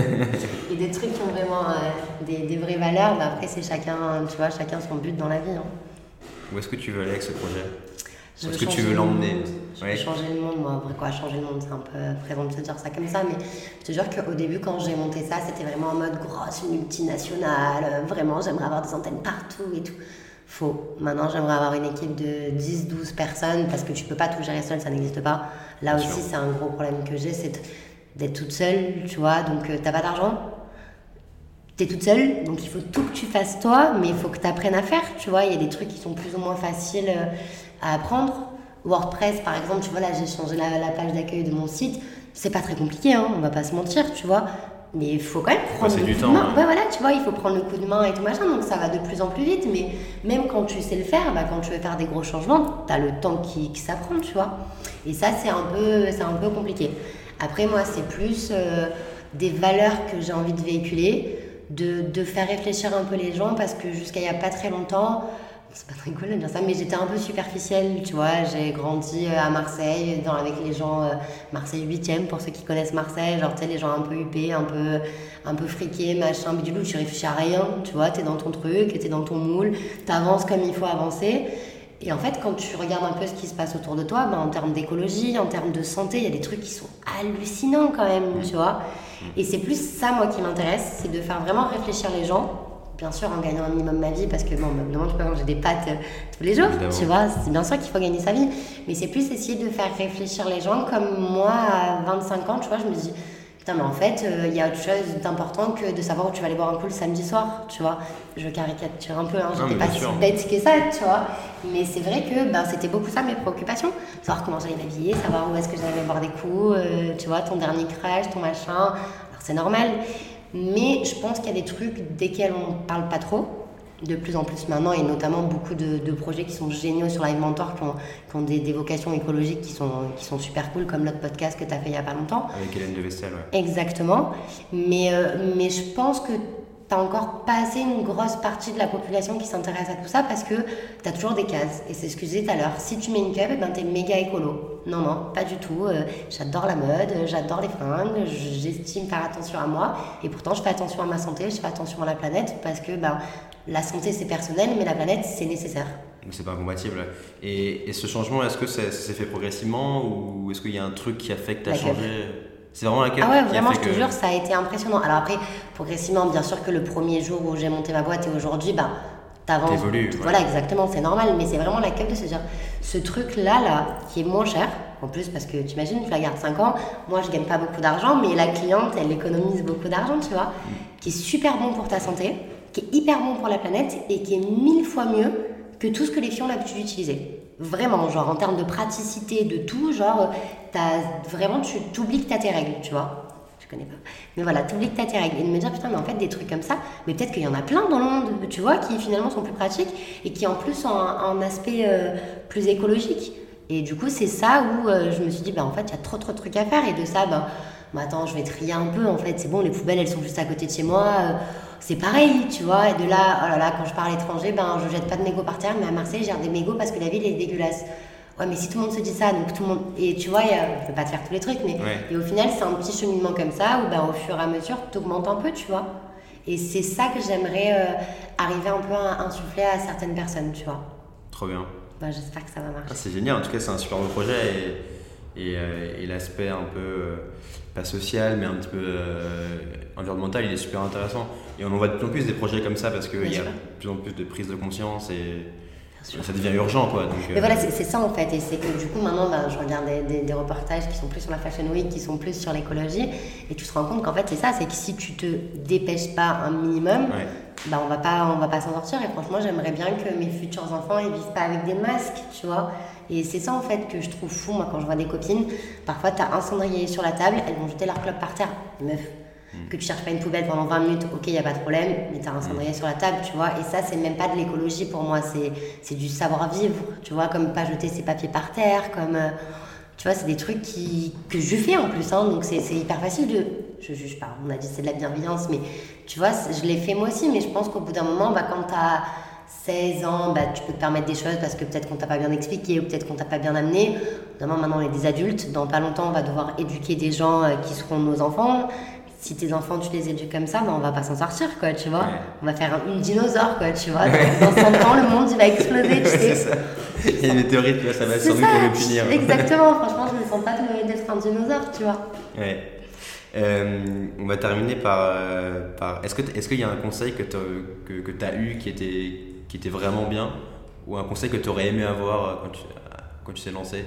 et des trucs qui ont vraiment euh, des, des vraies valeurs, bah après, c'est chacun, tu vois, chacun son but dans la vie. Hein. Où est-ce que tu veux aller avec ce projet? Je Est-ce veux que tu changer veux le l'emmener? monde. Je veux Ouais. changer le monde, moi. Après quoi, changer le monde, c'est un peu présent de se dire ça comme ça, mais je te jure qu'au début, quand j'ai monté ça, c'était vraiment en mode grosse multinationale. euh, Vraiment, j'aimerais avoir des antennes partout et tout. Faux. Maintenant, j'aimerais avoir une équipe de dix douze personnes parce que tu peux pas tout gérer seul, ça n'existe pas. Là Bien aussi, sûr. c'est un gros problème que j'ai, c'est d'être toute seule, tu vois. Donc, euh, t'as pas d'argent. T'es toute seule, donc il faut tout que tu fasses toi, mais il faut que tu apprennes à faire, tu vois. Il y a des trucs qui sont plus ou moins faciles euh, à apprendre. WordPress, par exemple, tu vois, là, j'ai changé la, la page d'accueil de mon site. C'est pas très compliqué, hein, on va pas se mentir, tu vois. Mais il faut quand même prendre passer le du coup temps, de main. hein. Ouais, voilà, tu vois, il faut prendre le coup de main et tout machin, donc ça va de plus en plus vite. Mais même quand tu sais le faire, bah, quand tu veux faire des gros changements, t'as le temps qui, qui s'apprend, tu vois. Et ça, c'est un peu, c'est un peu compliqué. Après, moi, c'est plus euh, des valeurs que j'ai envie de véhiculer. De, de faire réfléchir un peu les gens parce que jusqu'à il n'y a pas très longtemps, c'est pas très cool de dire ça, mais j'étais un peu superficielle, tu vois. J'ai grandi euh, à Marseille, dans, avec les gens, euh, Marseille huitième pour ceux qui connaissent Marseille, genre tu sais, les gens un peu huppés, un peu, un peu friqués, machin, mais du coup, tu réfléchis à rien, tu vois, t'es dans ton truc, t'es dans ton moule, t'avances comme il faut avancer. Et en fait, quand tu regardes un peu ce qui se passe autour de toi, ben, en termes d'écologie, en termes de santé, il y a des trucs qui sont hallucinants quand même, tu vois. Et c'est plus ça, moi, qui m'intéresse, c'est de faire vraiment réfléchir les gens bien sûr en gagnant un minimum ma vie, parce que bon, évidemment, je peux manger des pâtes euh, tous les jours, évidemment. Tu vois, c'est bien sûr qu'il faut gagner sa vie, mais c'est plus essayer de faire réfléchir les gens, comme moi à vingt-cinq ans, tu vois, je me dis, putain, mais en fait, il euh, y a autre chose d'important que de savoir où tu vas aller boire un coup le samedi soir, tu vois. Je caricature un peu, hein, j'étais pas si bête que ça, tu vois. Mais c'est vrai que ben, c'était beaucoup ça mes préoccupations. Savoir comment j'allais m'habiller, savoir où est-ce que j'allais boire des coups, euh, tu vois, ton dernier crash, ton machin. Alors c'est normal. Mais je pense qu'il y a des trucs desquels on parle pas trop. De plus en plus maintenant, et notamment beaucoup de, de projets qui sont géniaux sur Live Mentor, qui ont, qui ont des, des vocations écologiques qui sont, qui sont super cool, comme l'autre podcast que tu as fait il n'y a pas longtemps. Avec Hélène de Vestel, ouais. Exactement. Mais, euh, mais je pense que tu n'as encore pas assez une grosse partie de la population qui s'intéresse à tout ça, parce que tu as toujours des cases. Et c'est ce que je disais tout à l'heure. Si tu mets une cup, ben, tu es méga écolo. Non, non, pas du tout. Euh, j'adore la mode, j'adore les fringues, j'estime faire attention à moi. Et pourtant, je fais attention à ma santé, je fais attention à la planète, parce que ben, la santé, c'est personnel, mais la planète, c'est nécessaire. Donc c'est pas incompatible. Et, et ce changement, est-ce que ça, ça s'est fait progressivement, ou est-ce qu'il y a un truc qui a fait que tu as changé? C'est vraiment la Ah ouais, vraiment, je te que... jure, ça a été impressionnant. Alors après, progressivement, bien sûr que le premier jour où j'ai monté ma boîte et aujourd'hui, bah, t'avances. T'évolues. Voilà, ouais. Exactement, c'est normal, mais c'est vraiment la cup de se dire, ce truc-là, là, qui est moins cher, en plus, parce que tu imagines, tu la gardes cinq ans, moi, je gagne pas beaucoup d'argent, mais la cliente, elle économise beaucoup d'argent, tu vois, mm. qui est super bon pour ta santé, qui est hyper bon pour la planète et qui est mille fois mieux que tout ce que les filles ont l'habitude d'utiliser. Vraiment, genre en termes de praticité, de tout, genre, t'as, vraiment, tu t'oublies que t'as tes règles, tu vois. Je connais pas. Mais voilà, t'oublies que t'as tes règles. Et de me dire, putain, mais en fait, des trucs comme ça, mais peut-être qu'il y en a plein dans le monde, tu vois, qui finalement sont plus pratiques et qui en plus ont un, un aspect euh, plus écologique. Et du coup, c'est ça où euh, je me suis dit, bah en fait, il y a trop trop de trucs à faire. Et de ça, bah, bah attends, je vais trier un peu, en fait, c'est bon, les poubelles, elles sont juste à côté de chez moi. Euh, c'est pareil, tu vois, et de là, oh là là, quand je pars à l'étranger, ben, je jette pas de mégots par terre, mais à Marseille, j'ai des mégots parce que la ville est dégueulasse. Ouais, mais si tout le monde se dit ça, donc tout le monde... Et tu vois, y a... je peux pas te faire tous les trucs, mais ouais. Et au final, c'est un petit cheminement comme ça, où ben, au fur et à mesure, t'augmentes un peu, tu vois. Et c'est ça que j'aimerais euh, arriver un peu à insuffler à certaines personnes, tu vois. Trop bien. Ben, j'espère que ça va marcher. Ah, c'est génial, en tout cas, c'est un super beau projet, et, et, euh, et l'aspect un peu... Euh... pas social, mais un petit peu euh, environnemental, il est super intéressant. Et on en voit de plus en plus des projets comme ça, parce qu'il y a de plus en plus de prise de conscience et ça devient urgent, quoi. Donc, mais euh... voilà, c'est, c'est ça en fait. Et c'est que du coup, maintenant, ben, je regarde des, des, des reportages qui sont plus sur la Fashion Week, qui sont plus sur l'écologie, et tu te rends compte qu'en fait, c'est ça, c'est que si tu te dépêches pas un minimum, ouais. ben, on va pas, on va pas s'en sortir. Et franchement, j'aimerais bien que mes futurs enfants, ils vivent pas avec des masques, tu vois. Et c'est ça en fait que je trouve fou, moi, quand je vois des copines. Parfois, t'as un cendrier sur la table, elles vont jeter leur clope par terre. Meuf, mm. que tu cherches pas une poubelle pendant vingt minutes, ok, y a pas de problème, mais t'as un cendrier mm. sur la table, tu vois. Et ça, c'est même pas de l'écologie pour moi, c'est, c'est du savoir-vivre, tu vois, comme pas jeter ses papiers par terre, comme. Euh, tu vois, c'est des trucs qui, que je fais en plus, hein, donc c'est, c'est hyper facile de. Je juge pas, on a dit c'est de la bienveillance, mais tu vois, je l'ai fait moi aussi, mais je pense qu'au bout d'un moment, bah, quand t'as seize ans, bah, tu peux te permettre des choses parce que peut-être qu'on t'a pas bien expliqué ou peut-être qu'on t'a pas bien amené. Évidemment, maintenant on est des adultes, dans pas longtemps on va devoir éduquer des gens euh, qui seront nos enfants. Si tes enfants tu les éduques comme ça, bah, on va pas s'en sortir, quoi, tu vois. Ouais. On va faire un, une dinosaure, quoi, tu vois. Dans cent ans, le monde il va exploser, tu sais. C'est ça. Il y a une météorite, là, ça va être sur nous pour le punir. Exactement, franchement, je me sens pas d'être un dinosaure, tu vois. Ouais. Euh, on va terminer par, euh, par... Est-ce que est-ce qu'il y a un conseil que que que t'as eu qui était qui était vraiment bien, ou un conseil que tu aurais aimé avoir quand tu quand tu t'es lancé?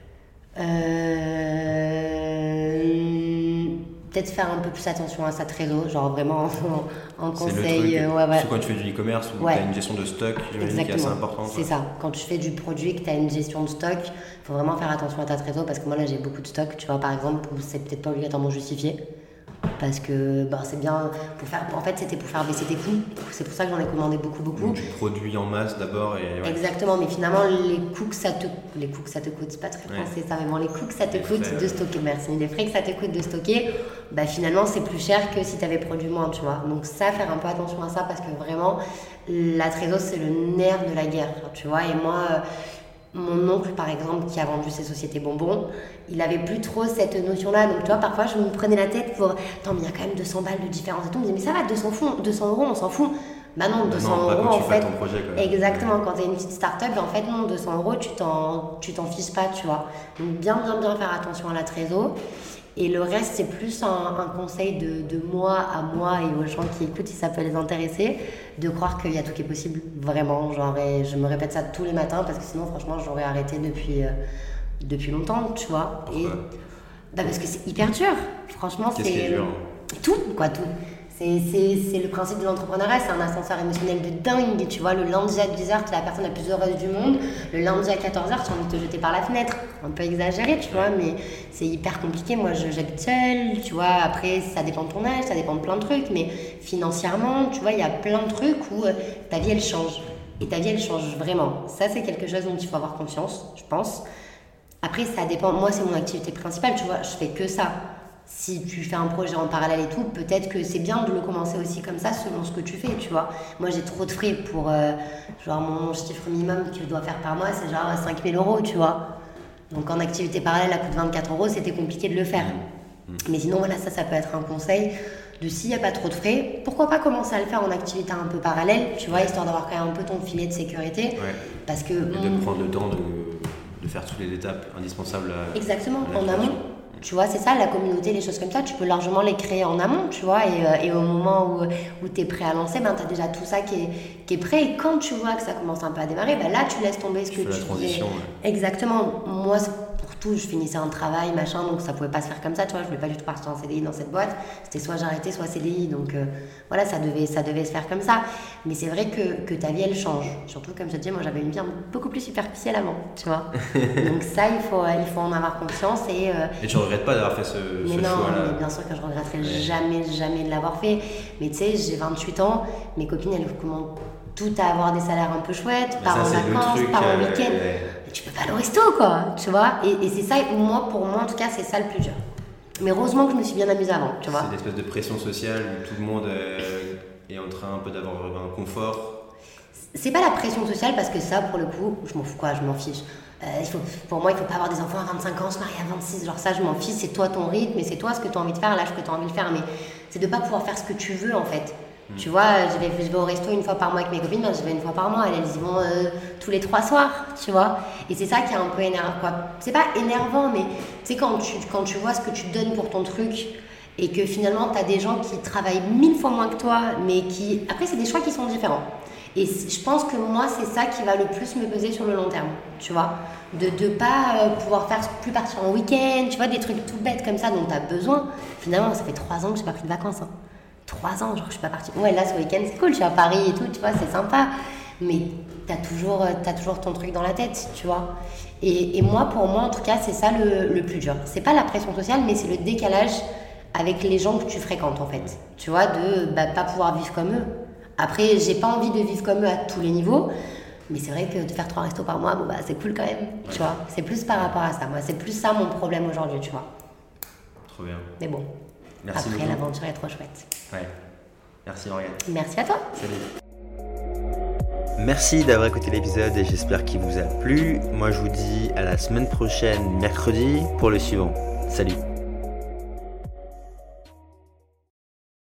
Euh... Peut-être faire un peu plus attention à sa trésor, genre vraiment en, en conseil. Euh, ouais, ouais. Surtout quand tu fais du e-commerce où ouais. tu as une gestion de stock, j'imagine qui est assez importante. C'est ça, quand tu fais du produit, que tu as une gestion de stock, il faut vraiment faire attention à ta trésor, parce que moi là j'ai beaucoup de stock, tu vois, par exemple, c'est peut-être pas obligatoirement justifié. Parce que bah, c'est bien pour faire. En fait, c'était pour faire baisser tes coûts. C'est pour ça que j'en ai commandé beaucoup, beaucoup. Donc, tu produis en masse d'abord et. Ouais. Exactement, mais finalement, les coûts que ça te, les coûts que ça te coûte, c'est pas très français ouais. ça, mais bon, les coûts que ça te les coûte frais, de ouais. stocker, merci, les frais que ça te coûte de stocker, bah finalement, c'est plus cher que si tu avais produit moins, tu vois. Donc ça, faire un peu attention à ça, parce que vraiment, la trésor, c'est le nerf de la guerre, tu vois. Et moi. Euh, Mon oncle, par exemple, qui a vendu ses sociétés bonbons, il avait plus trop cette notion-là. Donc, tu vois, parfois, je me prenais la tête pour... Attends, mais il y a quand même deux cents balles de différence et tout. Je me disais, mais ça va, deux cents euros, on s'en fout. Bah non, deux cents euros, en fait... Ton projet, quoi. Exactement, quand tu es une petite start-up, en fait, non, deux cents euros, tu t'en, tu t'en fiches pas, tu vois. Donc, bien, bien, bien faire attention à la trésor. Et le reste, c'est plus un, un conseil de, de moi à moi et aux gens qui écoutent, si ça peut les intéresser, de croire qu'il y a tout qui est possible, vraiment. Genre, et je me répète ça tous les matins parce que sinon, franchement, j'aurais arrêté depuis, euh, depuis longtemps, tu vois. Pourquoi ? Et, bah parce que c'est hyper dur. Franchement, Qu'est-ce c'est. qui est dur ? Tout, quoi, tout. C'est, c'est, c'est le principe de l'entrepreneuriat, c'est un ascenseur émotionnel de dingue, tu vois. Le lundi à dix heures, tu es la personne la plus heureuse du monde. Le lundi à quatorze heures, tu as envie de te jeter par la fenêtre. Un peu exagéré, tu vois, mais c'est hyper compliqué. Moi, je, j'habite seule, tu vois. Après, ça dépend de ton âge, ça dépend de plein de trucs, mais financièrement, tu vois, il y a plein de trucs où euh, ta vie, elle change. Et ta vie, elle change vraiment. Ça, c'est quelque chose dont il faut avoir conscience, je pense. Après, ça dépend. Moi, c'est mon activité principale, tu vois. Je fais que ça. Si tu fais un projet en parallèle et tout, peut-être que c'est bien de le commencer aussi comme ça selon ce que tu fais, tu vois. Moi, j'ai trop de frais pour, euh, genre, mon chiffre minimum que je dois faire par mois, c'est genre cinq mille euros, tu vois. Donc, en activité parallèle, à coût de vingt-quatre euros, c'était compliqué de le faire. Mmh. Mais sinon, voilà, ça, ça peut être un conseil de s'il n'y a pas trop de frais, pourquoi pas commencer à le faire en activité un peu parallèle, tu vois, histoire d'avoir quand même un peu ton filet de sécurité. Ouais. Parce que... Et on... de prendre le temps de, de faire toutes les étapes indispensables à... Exactement, à en amont. Tu vois, c'est ça, la communauté, les choses comme ça, tu peux largement les créer en amont, tu vois, et, euh, et au moment où, où tu es prêt à lancer, ben, tu as déjà tout ça qui est, qui est prêt, et quand tu vois que ça commence un peu à démarrer, ben, là, tu laisses tomber ce tu que fais tu la transition, fais. Ouais. Exactement. Moi, pour tout, je finissais un travail, machin, donc ça pouvait pas se faire comme ça, tu vois, je voulais pas du tout partir en C D I dans cette boîte, c'était soit j'arrêtais, soit C D I, donc euh, voilà, ça devait, ça devait se faire comme ça. Mais c'est vrai que, que ta vie, elle change. Surtout, comme je te disais, moi, j'avais une vie beaucoup plus superficielle avant, tu vois. Donc ça, il faut, il faut en avoir conscience. Et, euh, et tu regrettes pas d'avoir fait ce, mais ce non, choix-là? Mais bien sûr que je regretterai ouais. jamais, jamais de l'avoir fait. Mais tu sais, j'ai vingt-huit ans, mes copines, elles commencent toutes à avoir des salaires un peu chouettes, par en vacances, par en week-end. Ouais. Tu peux pas aller au resto, quoi, tu vois. Et, et c'est ça, moi, pour moi, en tout cas, c'est ça le plus dur. Mais heureusement que je me suis bien amusée avant, tu vois. C'est une espèce de pression sociale où tout le monde est, est en train un peu d'avoir un confort. C'est pas la pression sociale parce que ça, pour le coup, je m'en fous quoi, je m'en fiche. Euh, il faut, pour moi, il faut pas avoir des enfants à vingt-cinq ans, se marier à vingt-six, genre ça, je m'en fiche. C'est toi ton rythme et c'est toi ce que tu as envie de faire, l'âge que tu as envie de faire. Mais c'est de pas pouvoir faire ce que tu veux en fait. Mmh. Tu vois, je vais, je vais au resto une fois par mois avec mes copines, ben, je vais une fois par mois, elles, elles y vont euh, tous les trois soirs, tu vois. Et c'est ça qui est un peu énervant, quoi. C'est pas énervant, mais tu sais, quand tu, quand tu vois ce que tu donnes pour ton truc et que finalement, tu as des gens qui travaillent mille fois moins que toi, mais qui. Après, c'est des choix qui sont différents. Et je pense que moi, c'est ça qui va le plus me peser sur le long terme, tu vois. De ne pas euh, pouvoir faire plus partir en week-end, tu vois, des trucs tout bêtes comme ça dont tu as besoin. Finalement, ça fait trois ans que je n'ai pas pris de vacances. Hein. Trois ans, genre, je suis pas partie. Ouais, là, ce week-end, c'est cool, je suis à Paris et tout, tu vois, c'est sympa. Mais tu as toujours, t'as toujours ton truc dans la tête, tu vois. Et, et moi, pour moi, en tout cas, c'est ça le, le plus dur. C'est pas la pression sociale, mais c'est le décalage avec les gens que tu fréquentes, en fait. Tu vois, de bah, pas pouvoir vivre comme eux. Après, j'ai pas envie de vivre comme eux à tous les niveaux, mais c'est vrai que de faire trois restos par mois, bon bah c'est cool quand même, tu vois. C'est plus par rapport à ça, moi, c'est plus ça mon problème aujourd'hui, tu vois. Trop bien. Mais bon, merci après beaucoup. l'aventure est trop chouette. Ouais. Merci Morgane. Merci à toi. Salut. Merci d'avoir écouté l'épisode et j'espère qu'il vous a plu. Moi je vous dis à la semaine prochaine, mercredi, pour le suivant. Salut.